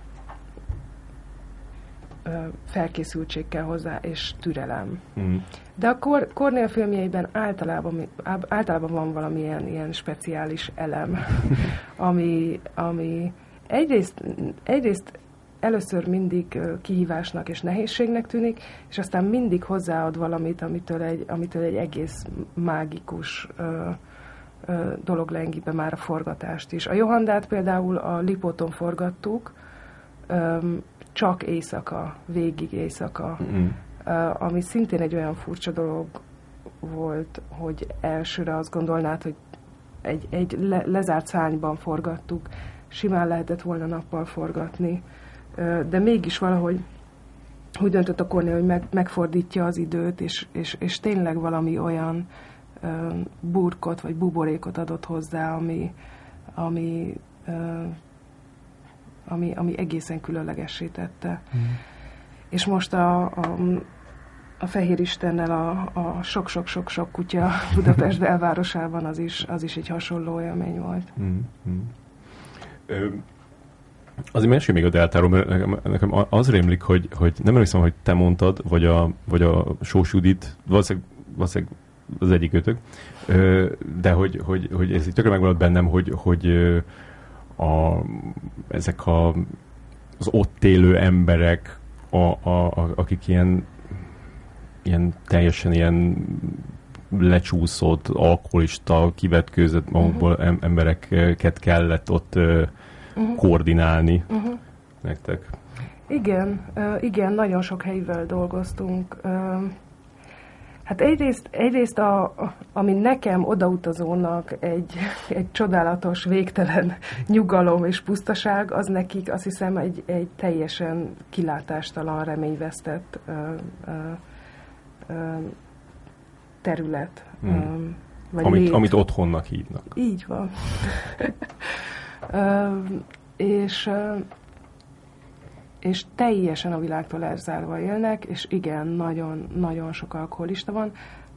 uh, felkészültség kell hozzá, és türelem. Hmm. De a Cor- Cornél filmjeiben általában, általában van valamilyen ilyen speciális elem, ami, ami egyrészt, egyrészt először mindig kihívásnak és nehézségnek tűnik, és aztán mindig hozzáad valamit, amitől egy, amitől egy egész mágikus ö, ö, dolog lengi be már a forgatást is. A Johannát például a Lipóton forgattuk, ö, csak éjszaka, végig éjszaka, mm. Uh, ami szintén egy olyan furcsa dolog volt, hogy elsőre azt gondolnád, hogy egy, egy le, lezárt szárnyban forgattuk, simán lehetett volna nappal forgatni, uh, de mégis valahogy úgy döntött a Cornél, hogy meg, megfordítja az időt, és, és, és tényleg valami olyan uh, burkot vagy buborékot adott hozzá, ami, ami, uh, ami, ami egészen különlegessé tette. Mm. És most a, a, a Fehér Istennel a, a sok-sok-sok-sok kutya Budapest belvárosában az is, az is egy hasonló élmény volt. Mm, mm. Ö, azért mesélj még a Deltáról, mert nekem, nekem az rémlik, hogy, hogy nem emlékszem, hogy te mondtad, vagy a, vagy a Sós Judit, valószínűleg, valószínűleg az egyik őtök, ö, de hogy, hogy, hogy ez így tökre megmaradt bennem, hogy, hogy a, ezek a, az ott élő emberek, A, a, a, akik ilyen, ilyen teljesen ilyen lecsúszott, alkoholista, kivetkőzött magukból uh-huh. embereket kellett ott uh, uh-huh. koordinálni uh-huh. nektek. Igen, uh, igen, nagyon sok helyivel dolgoztunk. Uh, hát egyrészt, egyrészt a, a, ami nekem odautazónak egy, egy csodálatos, végtelen nyugalom és pusztaság, az nekik azt hiszem egy, egy teljesen kilátástalan, reményvesztett ö, ö, ö, terület. Hmm. Ö, vagy amit, amit otthonnak hívnak. Így van. ö, és... Ö, és teljesen a világtól elzárva élnek, és igen, nagyon, nagyon sok alkoholista van.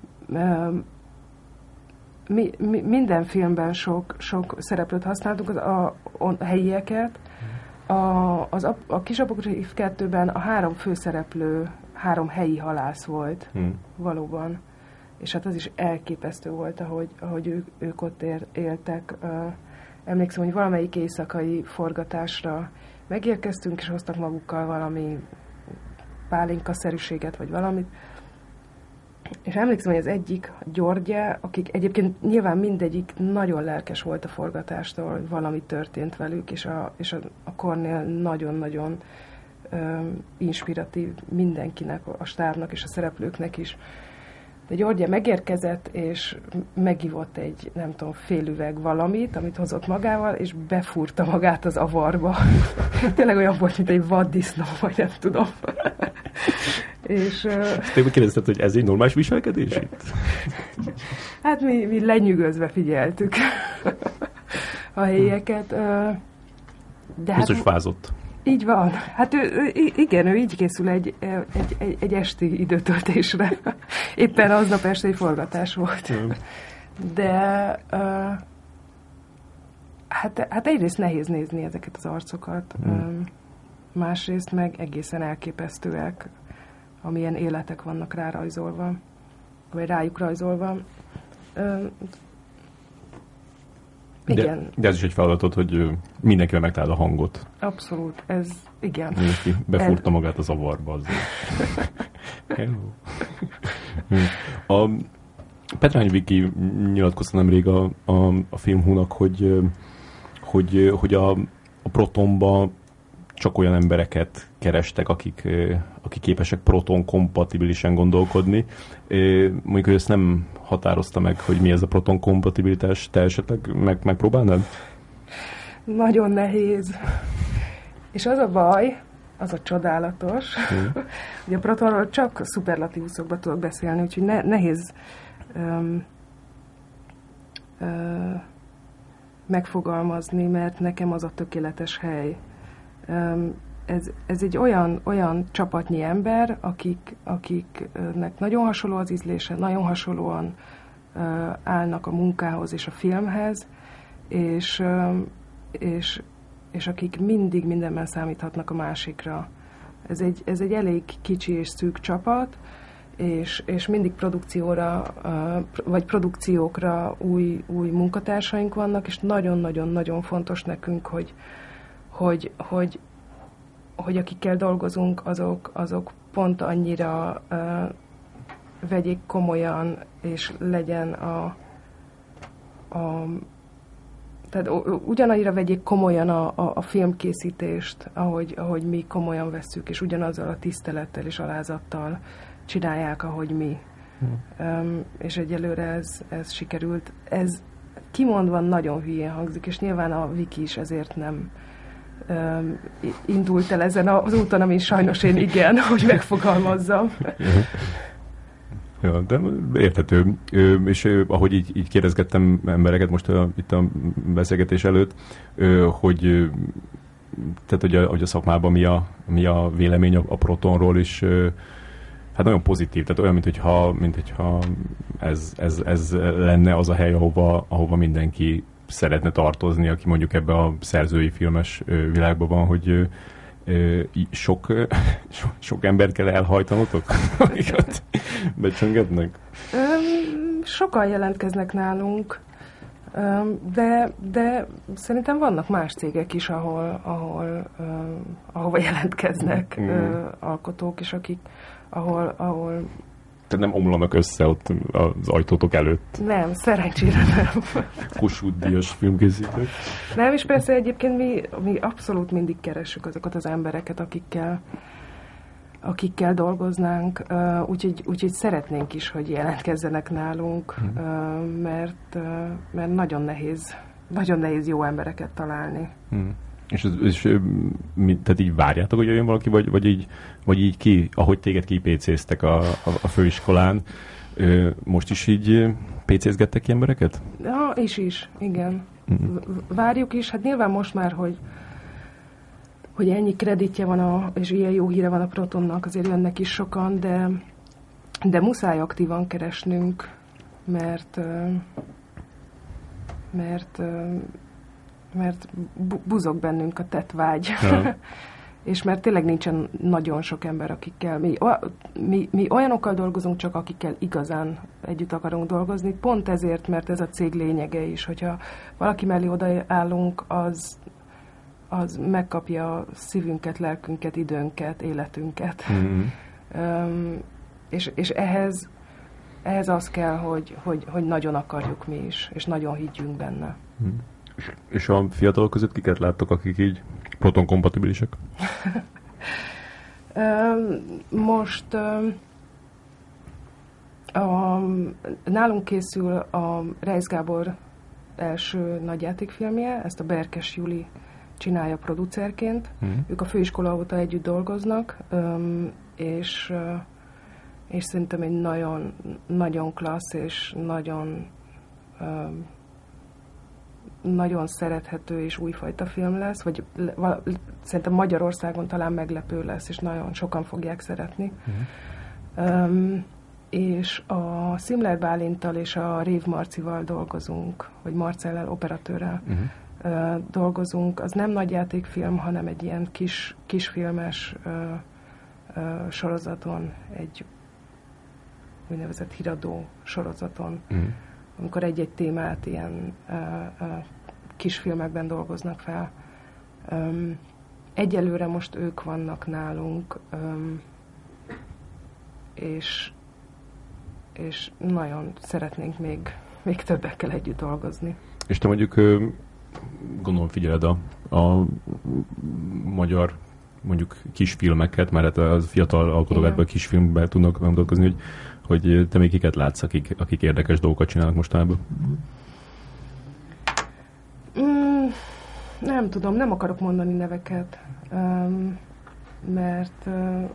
Mi, mi, minden filmben sok, sok szereplőt használtuk, az a, a helyieket. A, az, a, a Kis Apokrif kettőben a három főszereplő, három helyi halász volt, hmm. valóban. És hát az is elképesztő volt, ahogy, ahogy ők, ők ott ér, éltek. Emlékszem, hogy valamelyik éjszakai forgatásra megérkeztünk, és hoztak magukkal valami pálinkaszerűséget, vagy valamit. És emlékszem, hogy az egyik, Györgye, akik egyébként nyilván mindegyik nagyon lelkes volt a forgatástól, hogy valami történt velük, és a, és a, a Cornél nagyon-nagyon ö, inspiratív mindenkinek, a stábnak és a szereplőknek is. De Györgye megérkezett, és megivott egy, nem tudom, fél üveg valamit, amit hozott magával, és befúrta magát az avarba. Tényleg olyan volt, mint egy vaddisznó, vagy nem tudom. És... Te kérdezted, hogy ez egy normális viselkedés itt? Hát mi, mi lenyűgözve figyeltük a helyeket. De biztos hát, fázott. Így van. Hát ő, igen, ő így készül egy, egy, egy, egy esti időtöltésre. Éppen aznap este egy forgatás volt. De uh, hát, hát egyrészt nehéz nézni ezeket az arcokat, hmm. um, másrészt meg egészen elképesztőek, amilyen életek vannak rárajzolva, vagy rájuk rajzolva. Um, igen. De, de ez is egy feladatod, hogy mindenkivel megtaláld a hangot. Abszolút, ez igen. Mindenki befúrta magát az avarba azért. Hello. A Petrányi Viki nyilatkozta nemrég a, a, a Filmhúnak, hogy, hogy, hogy a, a Protonba csak olyan embereket kerestek, akik, akik képesek proton-kompatibilisen gondolkodni. Mondjuk, hogy ezt nem határozta meg, hogy mi ez a proton-kompatibilitás. Te esetleg meg, megpróbálnád? Nagyon nehéz. És az a baj, az a csodálatos, hmm. hogy a protonról csak szuperlatívuszokba tudok beszélni, úgyhogy ne, nehéz um, uh, megfogalmazni, mert nekem az a tökéletes hely. Um, ez, ez egy olyan, olyan csapatnyi ember, akik, akiknek nagyon hasonló az ízlése, nagyon hasonlóan uh, állnak a munkához és a filmhez, és, um, és, és akik mindig mindenben számíthatnak a másikra. Ez egy, ez egy elég kicsi és szűk csapat, és, és mindig produkcióra, uh, vagy produkciókra új, új munkatársaink vannak, és nagyon-nagyon-nagyon fontos nekünk, hogy Hogy, hogy, hogy akikkel dolgozunk, azok, azok pont annyira uh, vegyék komolyan, és legyen a, a tehát ugyanannyira vegyék komolyan a, a, a filmkészítést, ahogy, ahogy mi komolyan vesszük, és ugyanazzal a tisztelettel és alázattal csinálják, ahogy mi. Hmm. Um, és egyelőre ez, ez sikerült. Ez kimondva nagyon hülyén hangzik, és nyilván a Viki is ezért nem Um, indult el ezen az úton, ami sajnos én igen, hogy megfogalmazzam. Ja, de érthető. És ahogy így, így kérdezgettem embereket most a, itt a beszélgetés előtt, hogy tehát, hogy a, hogy a szakmában mi a, mi a vélemény a, a protonról is, hát nagyon pozitív, tehát olyan, mintha, mintha ez, ez, ez lenne az a hely, ahova, ahova mindenki szeretne tartozni, aki mondjuk ebbe a szerzői filmes világban van, hogy sok, sok, sok embert kell elhajtanotok, amiket becsöngetnek? Sokan jelentkeznek nálunk, de, de szerintem vannak más cégek is, ahol, ahol ahova jelentkeznek mm. alkotók, és akik, ahol, ahol tehát nem omlanak össze ott az ajtótok előtt. Nem, szerencsére nem. Kossuth-díjas filmkészítők. Nem, és persze egyébként mi, mi abszolút mindig keressük azokat az embereket, akikkel, akikkel dolgoznánk, uh, úgyhogy, úgyhogy szeretnénk is, hogy jelentkezzenek nálunk, hmm. uh, mert, uh, mert nagyon nehéz, nagyon nehéz jó embereket találni. Hmm. És, és mi, tehát így várjátok, hogy jöjjön valaki, vagy, vagy, így, vagy így ki, ahogy téged kipécéztek a, a, a főiskolán, most is így pécézgettek ki embereket? Ja, is is, igen. Mm. Várjuk is, hát nyilván most már, hogy, hogy ennyi kreditje van, a, és ilyen jó híre van a Protonnak, azért jönnek is sokan, de, de muszáj aktívan keresnünk, mert mert mert buzog bennünk a tettvágy. Ja. És mert tényleg nincsen nagyon sok ember, akikkel mi, mi, mi olyanokkal dolgozunk csak, akikkel igazán együtt akarunk dolgozni, pont ezért, mert ez a cég lényege is, hogyha valaki mellé odaállunk, az, az megkapja a szívünket, lelkünket, időnket, életünket. Mm-hmm. Um, és, és ehhez, ehhez az kell, hogy, hogy, hogy nagyon akarjuk mi is, és nagyon higgyünk benne. Mm. És a fiatalok között kiket láttok, akik így proton-kompatibilisek? Most a, nálunk készül a Reisz Gábor első nagyjátékfilmje, ezt a Berkes Juli csinálja producerként. Mm. Ők a főiskola óta együtt dolgoznak, és és szerintem egy nagyon, nagyon klassz és nagyon um, nagyon szerethető és újfajta film lesz, vagy val- szerintem Magyarországon talán meglepő lesz, és nagyon sokan fogják szeretni. Uh-huh. Um, és a Szimler Bálinttal és a Rév Marcival dolgozunk, vagy Marcellel, operatőrrel uh-huh. uh, dolgozunk. Az nem nagyjátékfilm, hanem egy ilyen kis, kisfilmes uh, uh, sorozaton, egy úgynevezett híradó sorozaton, uh-huh. amikor egy-egy témát ilyen uh, uh, kisfilmekben dolgoznak fel. Um, egyelőre most ők vannak nálunk, um, és, és nagyon szeretnénk még, még többekkel együtt dolgozni. És te mondjuk, gondolom figyeled a, a magyar mondjuk kisfilmeket, mert az fiatal alkotók ebben a kisfilmben tudnak dolgozni, hogy, hogy te még kiket látsz, akik, akik érdekes dolgokat csinálnak mostanában? Mm, nem tudom, nem akarok mondani neveket, um, mert uh,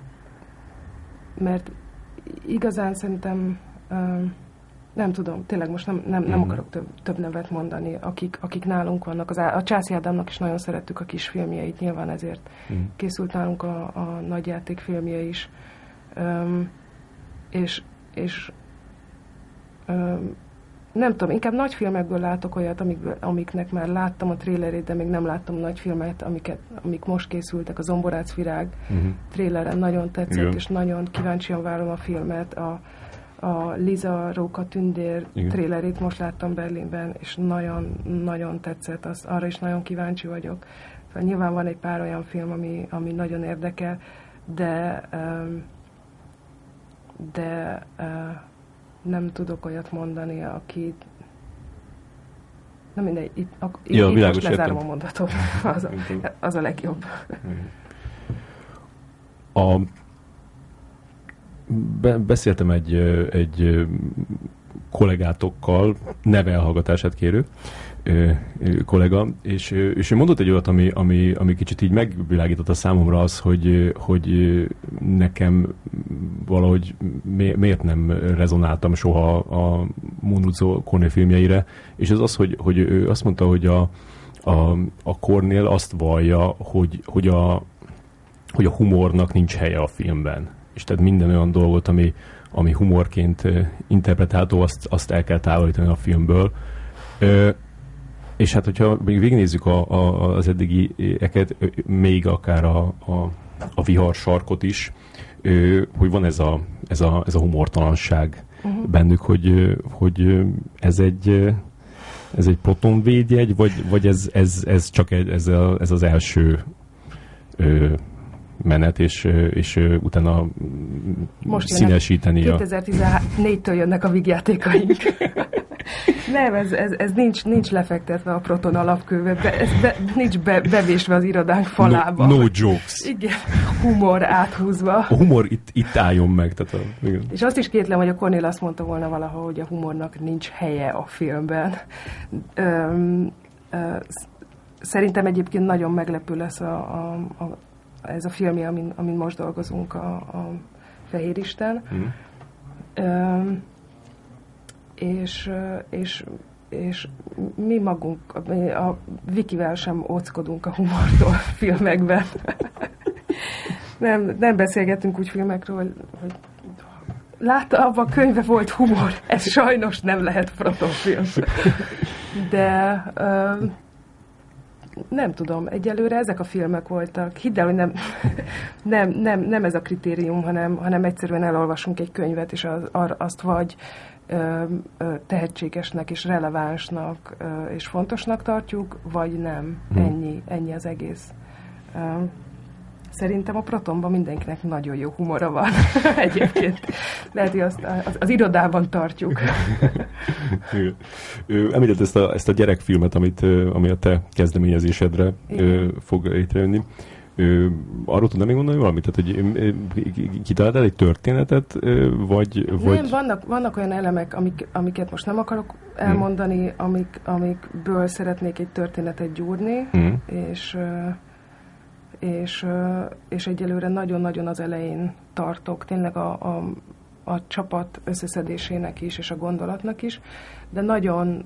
mert igazán szerintem um, nem tudom, tényleg most nem, nem, nem akarok több, több nevet mondani, akik, akik nálunk vannak. Az, a Császi Ádámnak is nagyon szerettük a kisfilmjeit, nyilván ezért mm. készült nálunk a, a nagyjátékfilmje is. Um, és és um, nem tudom, inkább nagy filmekből látok olyat, amikből, amiknek már láttam a trélerét, de még nem láttam nagy filmet, amiket, amik most készültek. A Zomborác virág uh-huh. tréleren nagyon tetszett, igen. És nagyon kíváncsian várom a filmet. A, a Liza Róka Tündér igen. trélerét most láttam Berlinben, és nagyon-nagyon tetszett, az, arra is nagyon kíváncsi vagyok. Szóval nyilván van egy pár olyan film, ami, ami nagyon érdekel, de um, de uh, nem tudok olyat mondani, aki... Na mindegy, itt, a, ja, itt most lezárom a mondatot. Az a, az a legjobb. A, be, beszéltem egy, egy kollégátokkal, nevelhallgatását kérő kollega, és, és ő mondott egy olyat, ami, ami, ami kicsit így megvilágította számomra az, hogy, hogy nekem valahogy miért nem rezonáltam soha a Munrucó Kornél filmjeire, és ez az, hogy, hogy ő azt mondta, hogy a, a, a Kornél azt vallja, hogy, hogy, a, hogy a humornak nincs helye a filmben. És tehát minden olyan dolgot, ami, ami humorként interpretálható, azt, azt el kell távolítani a filmből. Ö, és hát, hogyha még végignézzük a, a, az eddigieket, még akár a, a, a Vihar sarkot is, ö, hogy van ez a, ez a, ez a humortalanság uh-huh. bennük, hogy, hogy ez egy ez egy protonvédjegy, vagy, vagy ez, ez, ez csak egy, ez, a, ez az első ö, menet, és, és utána most színesíteni a... kétezer-tizennégytől jönnek a vígjátékaink. Nem, ez, ez, ez nincs, nincs lefektetve a proton alapkőbe, be, ez be, nincs be, bevésve az irodánk falába. No, no jokes. Igen, humor áthúzva. A humor itt, itt álljon meg. Tehát a, igen. És azt is kétlem, hogy a Kornél azt mondta volna valaha, hogy a humornak nincs helye a filmben. Öm, ö, szerintem egyébként nagyon meglepő lesz a, a, a, ez a filmje, amin, amin most dolgozunk, a, a Fehér Isten. Hmm. Öm, És, és, és mi magunk, a Vikivel sem óckodunk a humortól filmekben. nem, nem beszélgetünk úgy filmekről, hogy, hogy látta, abban a könyvben volt humor, ez sajnos nem lehet protonfilm. De um, nem tudom, egyelőre ezek a filmek voltak. Hidd el, hogy nem, nem, nem, nem ez a kritérium, hanem, hanem egyszerűen elolvasunk egy könyvet, és az, azt vagy tehetségesnek és relevánsnak és fontosnak tartjuk, vagy nem. Hmm. Ennyi, ennyi az egész. Szerintem a Protonban mindenkinek nagyon jó humora van. Egyébként. Lehet, hogy azt az, az irodában tartjuk. Említett ezt a, ezt a gyerekfilmet, amit, ami a te kezdeményezésedre igen. fog létrejönni. Arról tudnám még mondani valamit? Tehát, hogy kitaláltál egy történetet, vagy... vagy... Nem, vannak, vannak olyan elemek, amik, amiket most nem akarok elmondani, hmm. amik, amikből szeretnék egy történetet gyúrni, hmm. és, és, és egyelőre nagyon-nagyon az elején tartok, tényleg a, a, a csapat összeszedésének is, és a gondolatnak is, de nagyon,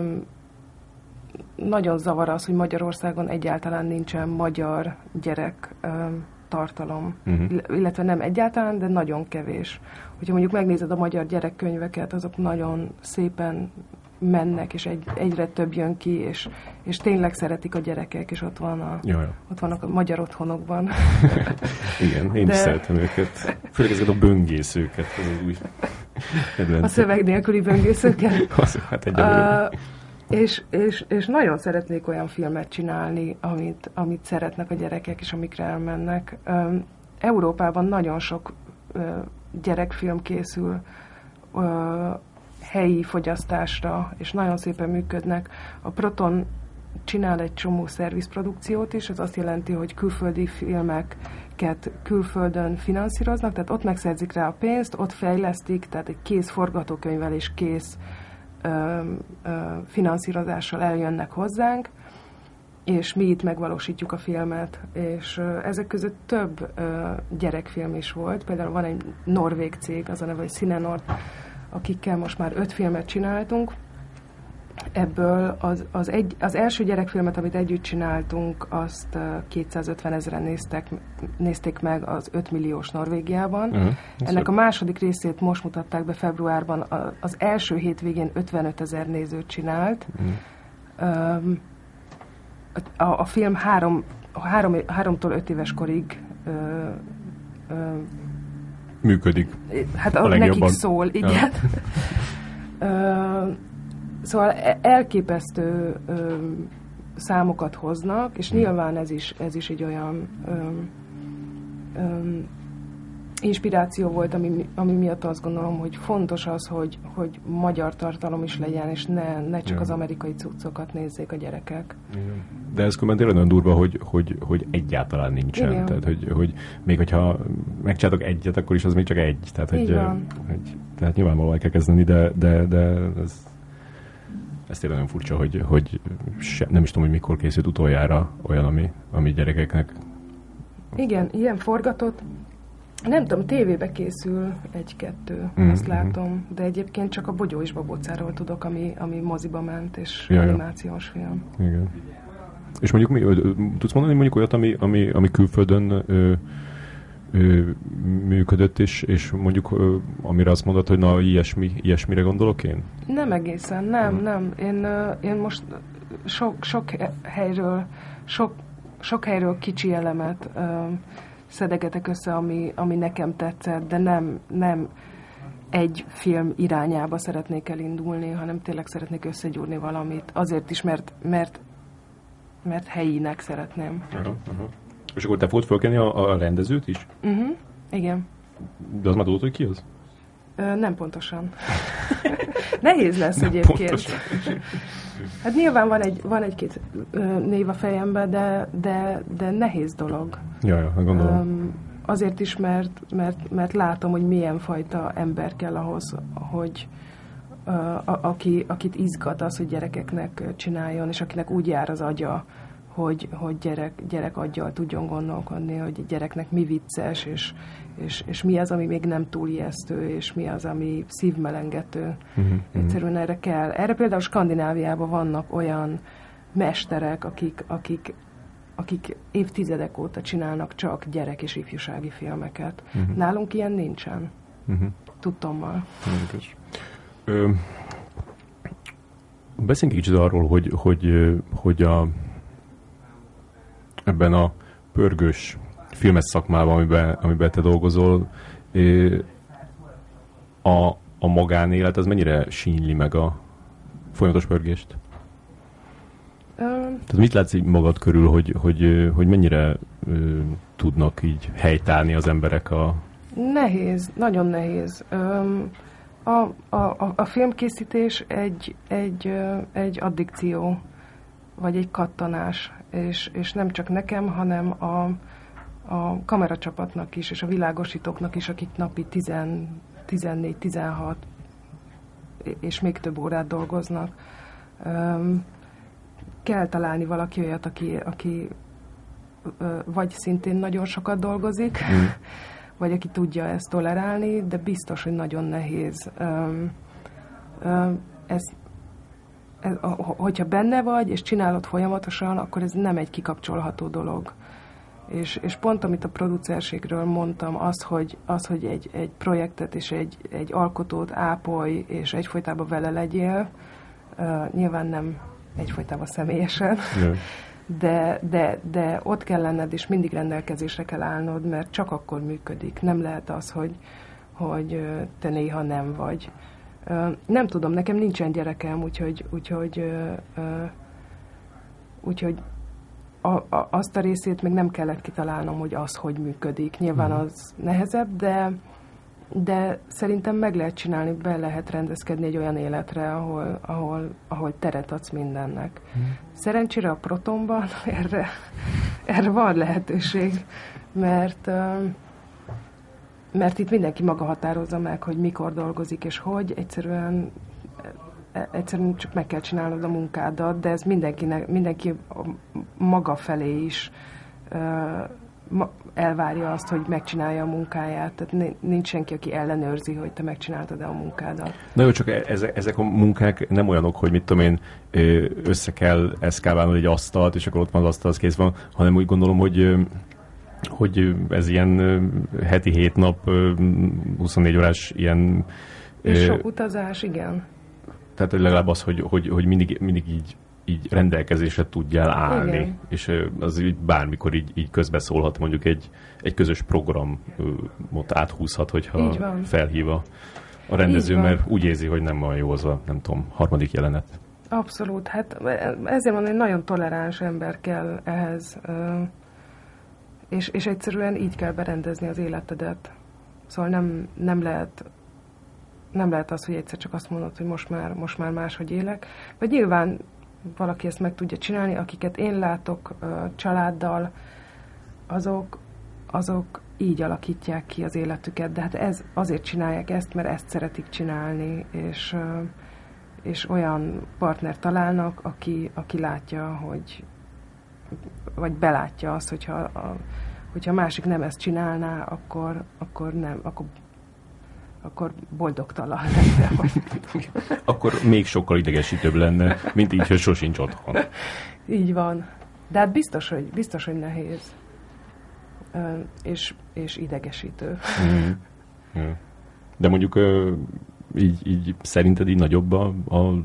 nagyon zavar az, hogy Magyarországon egyáltalán nincsen magyar gyerek tartalom, uh-huh. illetve nem egyáltalán, de nagyon kevés. Hogyha mondjuk megnézed a magyar gyerekkönyveket, azok nagyon szépen mennek, és egy, egyre több jön ki, és, és tényleg szeretik a gyerekek, és ott, van a, Jaj. ott vannak a magyar otthonokban. Igen, én de... is szeretem őket. Főleg ezeket a böngészőket, ez az új A szöveg nélküli böngészőket. az, hát egyelőre. Uh, és, és, és nagyon szeretnék olyan filmet csinálni, amit, amit szeretnek a gyerekek, és amikre elmennek. Um, Európában nagyon sok uh, gyerekfilm készül, uh, helyi fogyasztásra, és nagyon szépen működnek. A Proton csinál egy csomó szervizprodukciót is, ez azt jelenti, hogy külföldi filmeket külföldön finanszíroznak, tehát ott megszerzik rá a pénzt, ott fejlesztik, tehát egy kész forgatókönyvvel és kész ö, ö, finanszírozással eljönnek hozzánk, és mi itt megvalósítjuk a filmet, és ö, ezek között több ö, gyerekfilm is volt, például van egy norvég cég, az a neve, hogy Cinenord, akikkel most már öt filmet csináltunk. Ebből az, az, egy, az első gyerekfilmet, amit együtt csináltunk, azt kétszázötven ezeren néztek, nézték meg az öt milliós Norvégiában. Uh-huh. Ennek a második részét most mutatták be februárban. Az első hétvégén ötvenöt ezer nézőt csinált. Uh-huh. A, a film három, három, háromtól öt éves korig uh, uh, működik. Hát a nekik szól, igen. Ja. Szóval elképesztő ö, számokat hoznak, és nyilván ez is, ez is egy olyan ö, ö, inspiráció volt, ami, ami miatt azt gondolom, hogy fontos az, hogy, hogy magyar tartalom is legyen, és ne, ne csak ja. az amerikai cuccokat nézzék a gyerekek. Igen. De ez különben tényleg nagyon durva, hogy, hogy, hogy egyáltalán nincsen. Igen. Tehát, hogy, hogy még hogyha megcsináltok egyet, akkor is az még csak egy. Tehát, hogy, hogy, tehát nyilvánvalóan kell kezdeni, de, de, de ez, ez tényleg nagyon furcsa, hogy, hogy se, nem is tudom, hogy mikor készült utoljára olyan, ami, ami gyerekeknek. Igen, ilyen forgatott. Nem tudom, tévébe készül egy-kettő, mm, azt látom, mm. de egyébként csak a Bogyó és Babócáról tudok, ami, ami moziba ment, és ja, animációs film. Igen. És mondjuk mi, tudsz mondani mondjuk olyat, ami, ami, ami külföldön ö, ö, működött, és, és mondjuk ö, amire azt mondod, hogy na, ilyesmi, ilyesmire gondolok én? Nem egészen, nem, mm. nem. Én, én most sok, sok helyről, sok, sok helyről kicsi elemet ö, szedegetek össze, ami, ami nekem tetszett, de nem, nem egy film irányába szeretnék elindulni, hanem tényleg szeretnék összegyúrni valamit. Azért is, mert, mert, mert helyinek szeretném. Aha, aha. És akkor te fogod fölkenni a, a rendezőt is? Uh-huh, igen. De az már tudod, hogy ki az? Ö, nem pontosan. Nehéz lesz nem egyébként. Pontosan. Hát nyilván van egy, van egy-két név a fejemben, de, de, de nehéz dolog. Ja, ja, gondolom. Um, azért is, mert, mert, mert látom, hogy milyen fajta ember kell ahhoz, hogy uh, a, aki, akit izgat az, hogy gyerekeknek csináljon, és akinek úgy jár az agya, hogy, hogy gyerek, gyerek aggyal tudjon gondolkodni, hogy a gyereknek mi vicces, és, és, és mi az, ami még nem túl ijesztő, és mi az, ami szívmelengető. Uh-huh, Egyszerűen erre kell. Erre például Skandináviában vannak olyan mesterek, akik, akik, akik évtizedek óta csinálnak csak gyerek- és ifjúsági filmeket. Uh-huh. Nálunk ilyen nincsen. Uh-huh. Tudtommal. Ö, beszéljünk kicsit arról, hogy, hogy, hogy a ebben a pörgős filmes szakmában, amiben, amiben te dolgozol, a, a magánélet, az mennyire sínli meg a folyamatos pörgést? Um, Tehát mit látsz így magad körül, hogy, hogy, hogy mennyire ö, tudnak így helytállni az emberek a... Nehéz, nagyon nehéz. Um, a, a, a filmkészítés egy, egy, egy addikció, vagy egy kattanás, és, és nem csak nekem, hanem a, a kameracsapatnak is, és a világosítóknak is, akik napi tíz, tizennégy, tizenhat és még több órát dolgoznak. Um, kell találni valaki olyat, aki, aki, vagy szintén nagyon sokat dolgozik, mm. vagy aki tudja ezt tolerálni, de biztos, hogy nagyon nehéz. Ez, ez, hogyha benne vagy, és csinálod folyamatosan, akkor ez nem egy kikapcsolható dolog. És, és pont amit a producerségről mondtam, az, hogy, az, hogy egy, egy projektet és egy, egy alkotót ápolj, és egyfolytában vele legyél, uh, nyilván nem egyfolytában személyesen, yeah. de, de, de ott kell lenned, és mindig rendelkezésre kell állnod, mert csak akkor működik. Nem lehet az, hogy, hogy te néha nem vagy. Uh, nem tudom, nekem nincsen gyerekem, úgyhogy, úgyhogy, uh, uh, úgyhogy A, a, azt a részét még nem kellett kitalálnom, hogy az hogy működik. Nyilván az nehezebb, de, de szerintem meg lehet csinálni, be lehet rendezkedni egy olyan életre, ahol, ahol, ahol teret adsz mindennek. Szerencsére a Protonban erre, erre van lehetőség, mert, mert itt mindenki maga határozza meg, hogy mikor dolgozik és hogy. Egyszerűen egyszerűen csak meg kell csinálnod a munkádat, de ez mindenkinek, mindenki maga felé is uh, elvárja azt, hogy megcsinálja a munkáját. Tehát nincs senki, aki ellenőrzi, hogy te megcsináltad-e a munkádat. Na jó, csak ezek, ezek a munkák nem olyanok, hogy mit tudom én, össze kell eszkálválnod egy asztalt, és akkor ott van az asztal, az kész van, hanem úgy gondolom, hogy hogy ez ilyen heti hét nap, huszonnégy órás ilyen... És sok utazás, igen. Tehát legalább az, hogy, hogy, hogy mindig, mindig így, így rendelkezésre tudjál állni, igen. És az így bármikor így, így közbeszólhat, mondjuk egy, egy közös programot áthúzhat, hogyha felhív a, a rendező, mert úgy érzi, hogy nem olyan jó az a, nem tudom, harmadik jelenet. Abszolút, hát ezért van, hogy nagyon toleráns ember kell ehhez, és, és egyszerűen így kell berendezni az életedet. Szóval nem, nem lehet nem lehet az, hogy egyszer csak azt mondod, hogy most már, most már máshogy élek. Vagy nyilván valaki ezt meg tudja csinálni, akiket én látok családdal, azok, azok így alakítják ki az életüket, de hát ez, azért csinálják ezt, mert ezt szeretik csinálni, és, és olyan partner találnak, aki, aki látja, hogy vagy belátja azt, hogyha a, hogyha a másik nem ezt csinálná, akkor, akkor nem, akkor akkor boldogtalan lenne. Akkor még sokkal idegesítőbb lenne, mint így, hogy sosincs otthon. Így van. De hát biztos, hogy, biztos, hogy nehéz. És, és idegesítő. Mm. Yeah. De mondjuk így, így szerinted így nagyobb a, a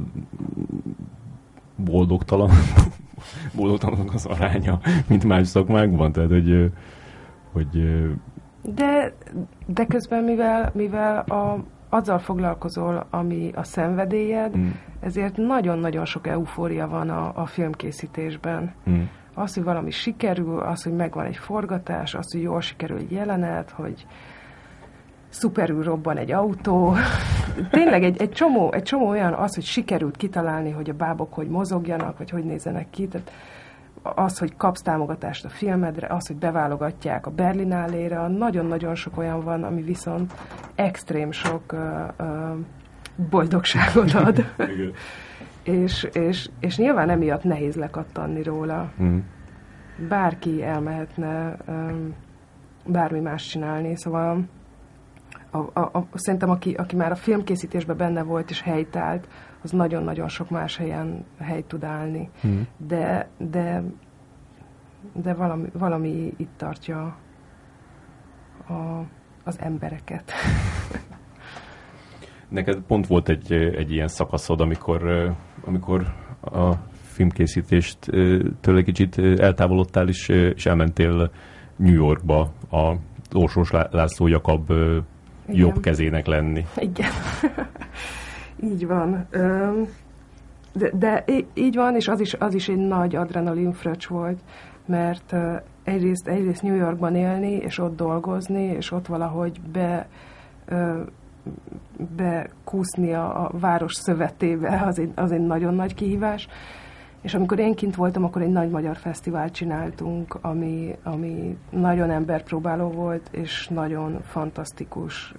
boldogtalan boldogtalanok az aránya, mint más szakmákban? Tehát, hogy, hogy De, de közben, mivel, mivel a, azzal foglalkozol, ami a szenvedélyed, mm. ezért nagyon-nagyon sok eufória van a, a filmkészítésben. Mm. Az, hogy valami sikerül, az, hogy megvan egy forgatás, az, hogy jól sikerül egy jelenet, hogy szuperül robban egy autó. Tényleg egy, egy, csomó, egy csomó olyan az, hogy sikerült kitalálni, hogy a bábok hogy mozogjanak, vagy hogy nézzenek ki. Tehát az, hogy kapsz támogatást a filmedre, az, hogy beválogatják a Berlinálére, nagyon-nagyon sok olyan van, ami viszont extrém sok uh, uh, boldogságot ad. és, és, és nyilván emiatt nehéz lekattanni róla. Mm. Bárki elmehetne um, bármi más csinálni, szóval a, a, a, szerintem aki, aki már a filmkészítésben benne volt és helytált, az nagyon-nagyon sok más helyen helyt tud állni. Mm. De, de, de valami, valami itt tartja a, az embereket. Neked pont volt egy, egy ilyen szakaszod, amikor, amikor a filmkészítést tőle kicsit eltávolodtál, és, és elmentél New Yorkba a Orsós László Jakab jobb kezének lenni. Igen. Így van. De, de így van, és az is, az is egy nagy adrenalin fröccs volt, mert egyrészt, egyrészt New Yorkban élni, és ott dolgozni, és ott valahogy be, bekúszni a, a város szövetébe, az egy, az egy nagyon nagy kihívás. És amikor én kint voltam, akkor egy nagy magyar fesztivált csináltunk, ami, ami nagyon emberpróbáló volt, és nagyon fantasztikus.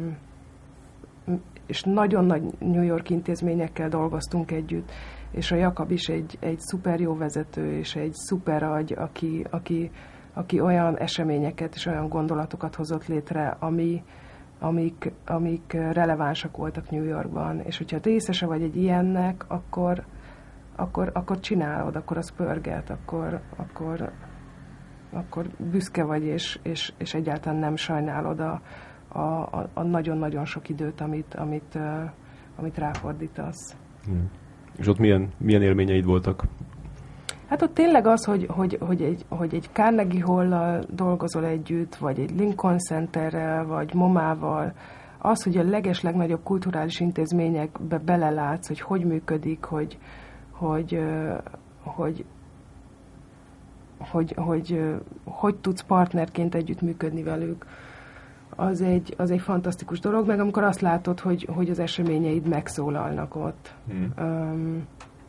És nagyon nagy New York intézményekkel dolgoztunk együtt, és a Jakab is egy, egy szuper jó vezető, és egy szuper agy, aki, aki aki olyan eseményeket és olyan gondolatokat hozott létre, ami, amik, amik relevánsak voltak New Yorkban. És hogyha részese vagy egy ilyennek, akkor, akkor, akkor csinálod, akkor az pörget, akkor, akkor, akkor büszke vagy, és, és, és egyáltalán nem sajnálod a, a, a nagyon-nagyon sok időt, amit, amit, uh, amit ráfordítasz. Hmm. És ott milyen, milyen élményeid voltak? Hát ott tényleg az, hogy, hogy, hogy, egy, hogy egy Carnegie Hall-lal dolgozol együtt, vagy egy Lincoln Centerrel, vagy momával, az, hogy a leges legnagyobb kulturális intézményekbe belelátsz, hogy hogy működik, hogy hogy, hogy, hogy, hogy, hogy tudsz partnerként együttműködni velük, az egy, az egy fantasztikus dolog, meg amikor azt látod, hogy, hogy az eseményeid megszólalnak ott. Hmm. Um,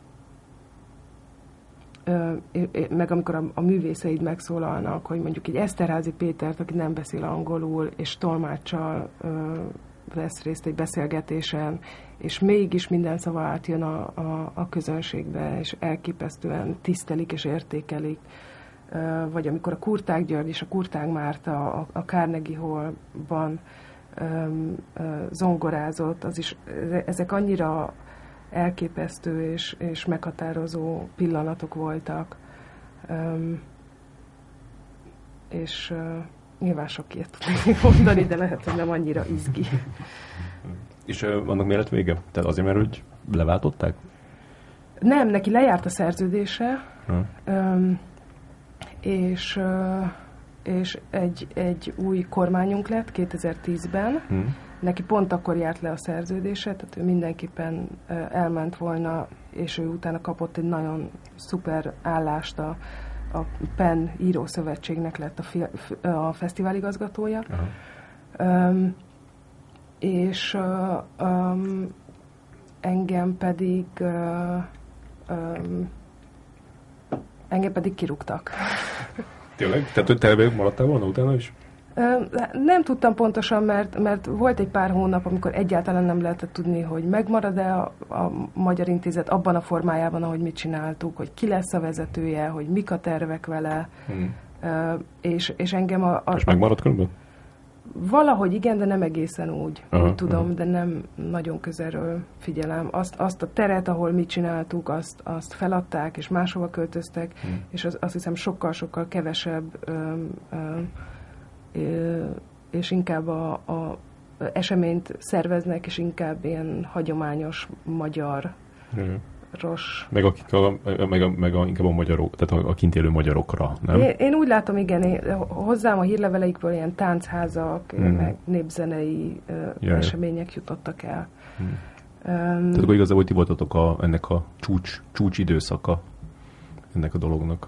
meg amikor a, a művészeid megszólalnak, hogy mondjuk egy Eszterházy Pétert, aki nem beszél angolul, és tolmáccsal ö, vesz részt egy beszélgetésen, és mégis minden szava átjön a, a, a közönségbe, és elképesztően tisztelik és értékelik. Ö, vagy amikor a Kurtág György és a Kurtág Márta a, a Carnegie Hall-ban ö, ö, zongorázott, az is, ezek annyira elképesztő és, és meghatározó pillanatok voltak. Um, és uh, nyilván sok ilyet tudnék mondani, de lehet, hogy nem annyira izgi. És uh, annak miért lett vége? Tehát azért, mert hogy leváltották? Nem, neki lejárt a szerződése, hmm. um, és, uh, és egy, egy új kormányunk lett kétezer-tízben. Hmm. Neki pont akkor járt le a szerződése, tehát ő mindenképpen elment volna, és ő utána kapott egy nagyon szuper állást, a, a Penn Írószövetségnek lett a, fi, a fesztiváligazgatója. Um, és uh, um, engem pedig uh, um, engem pedig kirúgtak. Tényleg? Tehát te belőle maradtál volna utána is? Nem tudtam pontosan, mert, mert volt egy pár hónap, amikor egyáltalán nem lehetett tudni, hogy megmarad-e a, a Magyar Intézet abban a formájában, ahogy mit csináltuk, hogy ki lesz a vezetője, hogy mik a tervek vele, hmm. és, és engem a... a és megmaradt körülbelül? Valahogy igen, de nem egészen úgy, aha, úgy tudom, aha. de nem nagyon közelről figyelem. Azt, azt a teret, ahol mit csináltuk, azt, azt feladták, és máshova költöztek, hmm. és az, azt hiszem sokkal-sokkal kevesebb ö, ö, és inkább a, a eseményt szerveznek, és inkább ilyen hagyományos magyar mm. ros. Meg, akik a, meg, a, meg a, inkább a magyarok, tehát a, a kint élő magyarokra, nem? Én, én úgy látom, igen, én, hozzám a hírleveleikből ilyen táncházak, mm. meg népzenei uh, események jutottak el. Mm. Um, tehát akkor igazából ti voltatok a, ennek a csúcs, csúcs időszaka ennek a dolognak.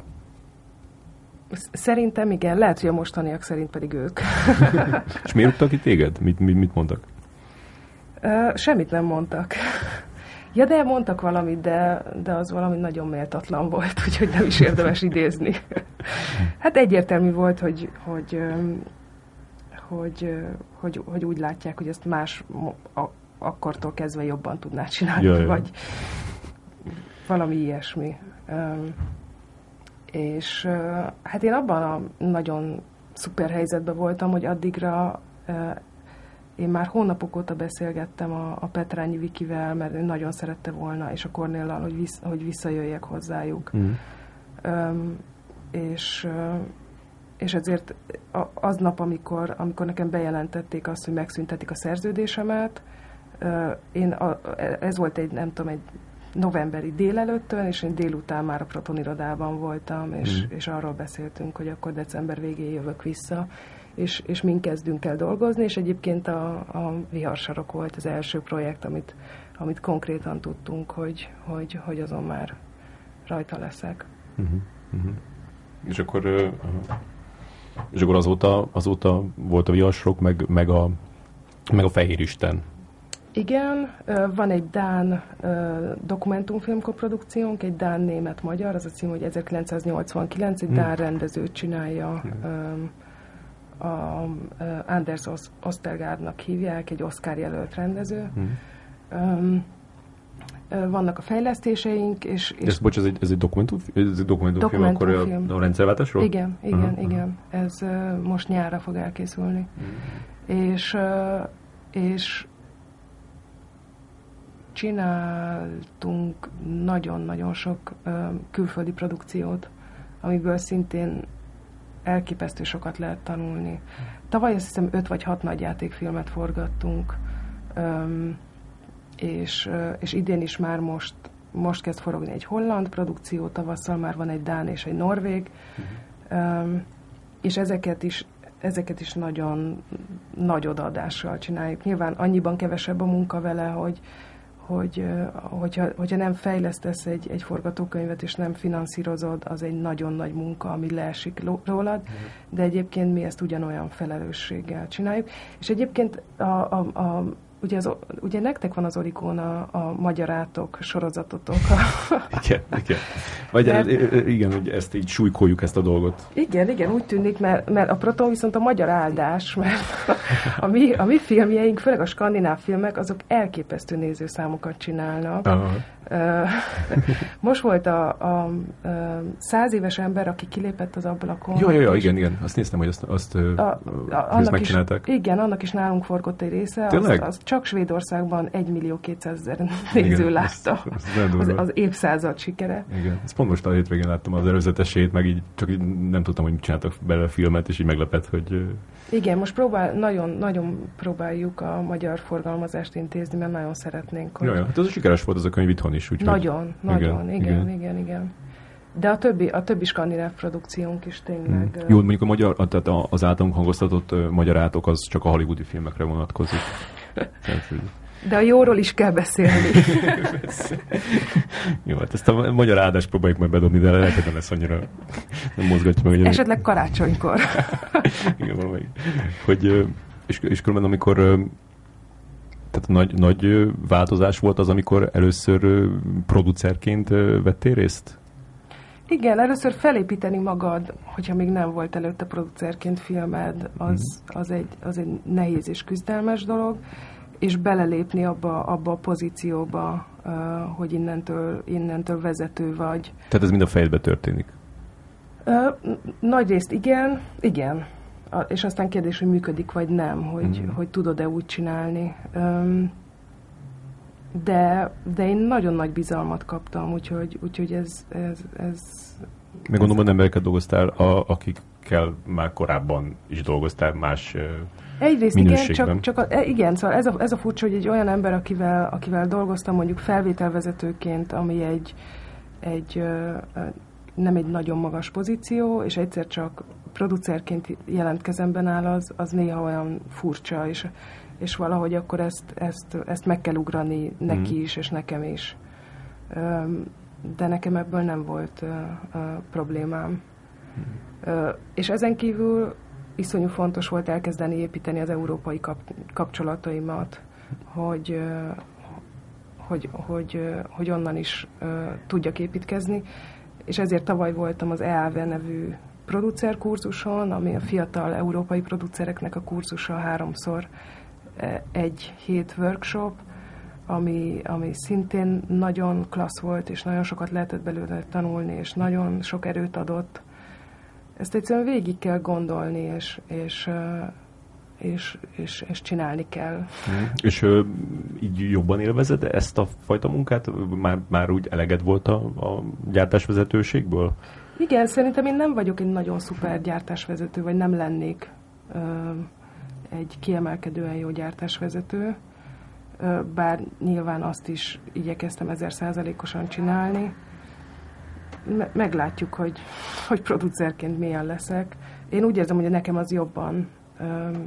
Szerintem igen, lehet, hogy a mostaniak szerint pedig ők. És miért rúgtak ki téged? Mit, mit, mit mondtak? Uh, semmit nem mondtak. Ja, de mondtak valamit, de, de az valami nagyon méltatlan volt, úgyhogy nem is érdemes idézni. Hát egyértelmű volt, hogy, hogy, hogy, hogy, hogy úgy látják, hogy ezt más akkortól kezdve jobban tudná csinálni, ja, ja. vagy valami ilyesmi. Um, és uh, hát én abban a nagyon szuper helyzetben voltam, hogy addigra uh, én már hónapok óta beszélgettem a, a Petrányi Vikivel, mert ő nagyon szerette volna, és a Kornéllal, hogy, visz, hogy visszajöjjek hozzájuk. Mm. Um, és, uh, és ezért aznap, amikor, amikor nekem bejelentették azt, hogy megszüntetik a szerződésemet, uh, én a, ez volt egy, nem tudom, egy novemberi délelőttön, és én délután már a Proton irodában voltam, és, mm. és arról beszéltünk, hogy akkor december végén jövök vissza, és, és min kezdünk el dolgozni, és egyébként a, a Viharsarok volt az első projekt, amit, amit konkrétan tudtunk, hogy, hogy, hogy azon már rajta leszek. Uh-huh. Uh-huh. És akkor, uh, és akkor azóta, azóta volt a Viharsarok, meg, meg, a, meg a Fehér Isten. Igen, van egy dán dokumentumfilm koprodukciónk, egy dán-német-magyar, az a cím, hogy ezerkilencszáznyolcvankilenc, egy dán rendezőt csinálja, a, a Anders Ostergaardnak hívják, egy Oscar jelölt rendező. vannak a fejlesztéseink, és... és ez, bocs, ez egy, ez egy dokumentum, ez egy dokumentumfilm, akkor a, a rendszerváltásról? Igen, igen, uh-huh. igen. Ez uh, most nyárra fog elkészülni. Uh-huh. És, uh, és csináltunk nagyon-nagyon sok uh, külföldi produkciót, amiből szintén elképesztő sokat lehet tanulni. Tavaly azt hiszem öt vagy hat nagy játékfilmet forgattunk, um, és, uh, és idén is már most, most kezd forogni egy holland produkció, tavasszal már van egy dán és egy norvég, uh-huh. um, és ezeket is, ezeket is nagyon nagy odaadással csináljuk. Nyilván annyiban kevesebb a munka vele, hogy hogy hogyha, hogyha nem fejlesztesz egy, egy forgatókönyvet, és nem finanszírozod, az egy nagyon nagy munka, ami leesik rólad, de egyébként mi ezt ugyanolyan felelősséggel csináljuk. És egyébként a, a, a, ugye, az, ugye nektek van az Orikón a, a magyarátok sorozatotok. Igen, igen. Vagy mert, igen, hogy ezt így súlykoljuk, ezt a dolgot. Igen, igen, úgy tűnik, mert, mert a Proton viszont a magyar áldás, mert a mi, a mi filmjeink, főleg a skandináv filmek, azok elképesztő nézőszámokat csinálnak. Uh-huh. Most volt a, a, a száz éves ember, aki kilépett az ablakon. Jó, jó, jó, igen, igen. Azt néztem, hogy azt, azt, a, a, azt megcsinálták. Is, igen, annak is nálunk forgott egy része. Tényleg? Az, az csak Svédországban egy millió kétszázezer néző látta. Az, az, az, az évszázad sikere. Igen. Ezt pont most a hétvégén láttam az előzetesét, meg így csak így nem tudtam, hogy mit csináltak belőle a filmet, és így meglepett, hogy... Igen, most próbál, nagyon, nagyon próbáljuk a magyar forgalmazást intézni, mert nagyon szeretnénk. Hogy... Jaj, hát az a sikeres volt az a könyv itthon is. Úgyhogy... Nagyon, nagyon, igen, igen, igen, igen, igen. De a többi, a többi skandináv produkciónk is tényleg... Hmm. Jó, mondjuk a magyar, tehát az általunk hangoztatott uh, magyarátok az csak a hollywoodi filmekre vonatkozik. Tehát, hogy... De a jóról is kell beszélni. Jó, hát ezt a magyar áldást próbáljuk majd bedobni, de lehet, hogy nem lesz annyira, nem mozgatja meg. Esetleg karácsonykor. Igen, valamelyik. Hogy, és, és különben amikor tehát nagy, nagy változás volt az, amikor először producerként vettél részt? Igen, először felépíteni magad, hogyha még nem volt előtte producerként filmed, az, az, egy, az egy nehéz és küzdelmes dolog, és belelépni abba, abba a pozícióba, uh, hogy innentől, innentől vezető vagy. Tehát ez mind a fejedbe történik? Uh, nagy részt igen, igen. A, és aztán kérdés, hogy működik vagy nem, hogy, mm. hogy tudod-e úgy csinálni. Um, de, de én nagyon nagy bizalmat kaptam, úgyhogy, úgyhogy ez... ez, ez Meg gondolom, hogy embereket dolgoztál, a, akikkel már korábban is dolgoztál más... Egyrészt igen, csak, csak a, igen, szóval ez a, ez a furcsa, hogy egy olyan ember, akivel, akivel dolgoztam mondjuk felvételvezetőként, ami egy, egy nem egy nagyon magas pozíció, és egyszer csak producerként jelentkezem áll, az, az néha olyan furcsa, és, és valahogy akkor ezt, ezt, ezt meg kell ugrani neki is, és nekem is. De nekem ebből nem volt problémám. És ezen kívül iszonyú fontos volt elkezdeni építeni az európai kap- kapcsolataimat, hogy, hogy, hogy, hogy onnan is tudjak építkezni, és ezért tavaly voltam az e á vé nevű producerkurzuson, ami a fiatal európai producereknek a kurzusa, háromszor egy hét workshop, ami, ami szintén nagyon klassz volt, és nagyon sokat lehetett belőle tanulni, és nagyon sok erőt adott. Ezt egyszerűen végig kell gondolni, és, és, és, és, és csinálni kell. Hmm. És ö, így jobban élvezed ezt a fajta munkát? Már, már úgy eleged volt a, a gyártásvezetőségből? Igen, szerintem én nem vagyok egy nagyon szuper gyártásvezető, vagy nem lennék ö, egy kiemelkedően jó gyártásvezető, ö, bár nyilván azt is igyekeztem ezer százalékosan csinálni. Meglátjuk, hogy, hogy producerként milyen leszek. Én úgy érzem, hogy nekem az jobban ö,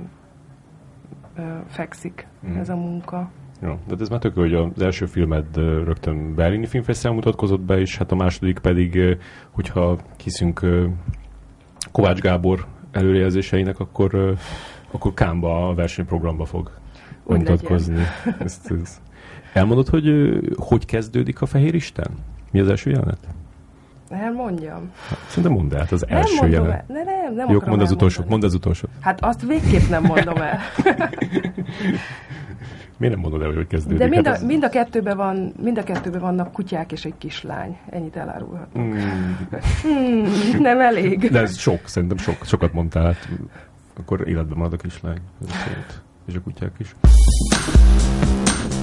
ö, fekszik mm. ez a munka. Jó, de ez már tök, hogy az első filmed rögtön Berlini Filmfesztiválon mutatkozott be, és hát a második pedig, hogyha hiszünk Kovács Gábor előrejelzéseinek, akkor, akkor Cannes-ba, a versenyprogramba fog úgy mutatkozni. Ezt, ez. Elmondod, hogy hogy kezdődik a Fehér Isten? Mi az első jelenet? Elmondjam. Hát, szerintem mondd el, hát az Nem első mondom jelenet. el. Ne, nem, nem Jó, akarom mondd az utolsó, elmondani. mondd az utolsó. Hát azt végképp nem mondom el. Miért nem mondod el, hogy hogy kezdődik? De mind a, Hát ez- mind a kettőben van, mind a kettőben vannak kutyák és egy kislány. Ennyit elárulhatok. Mm, Hmm, nem elég. de ez sok, szerintem sok, sokat mondtál. Hát, akkor életben marad a kislány. És a kutyák is.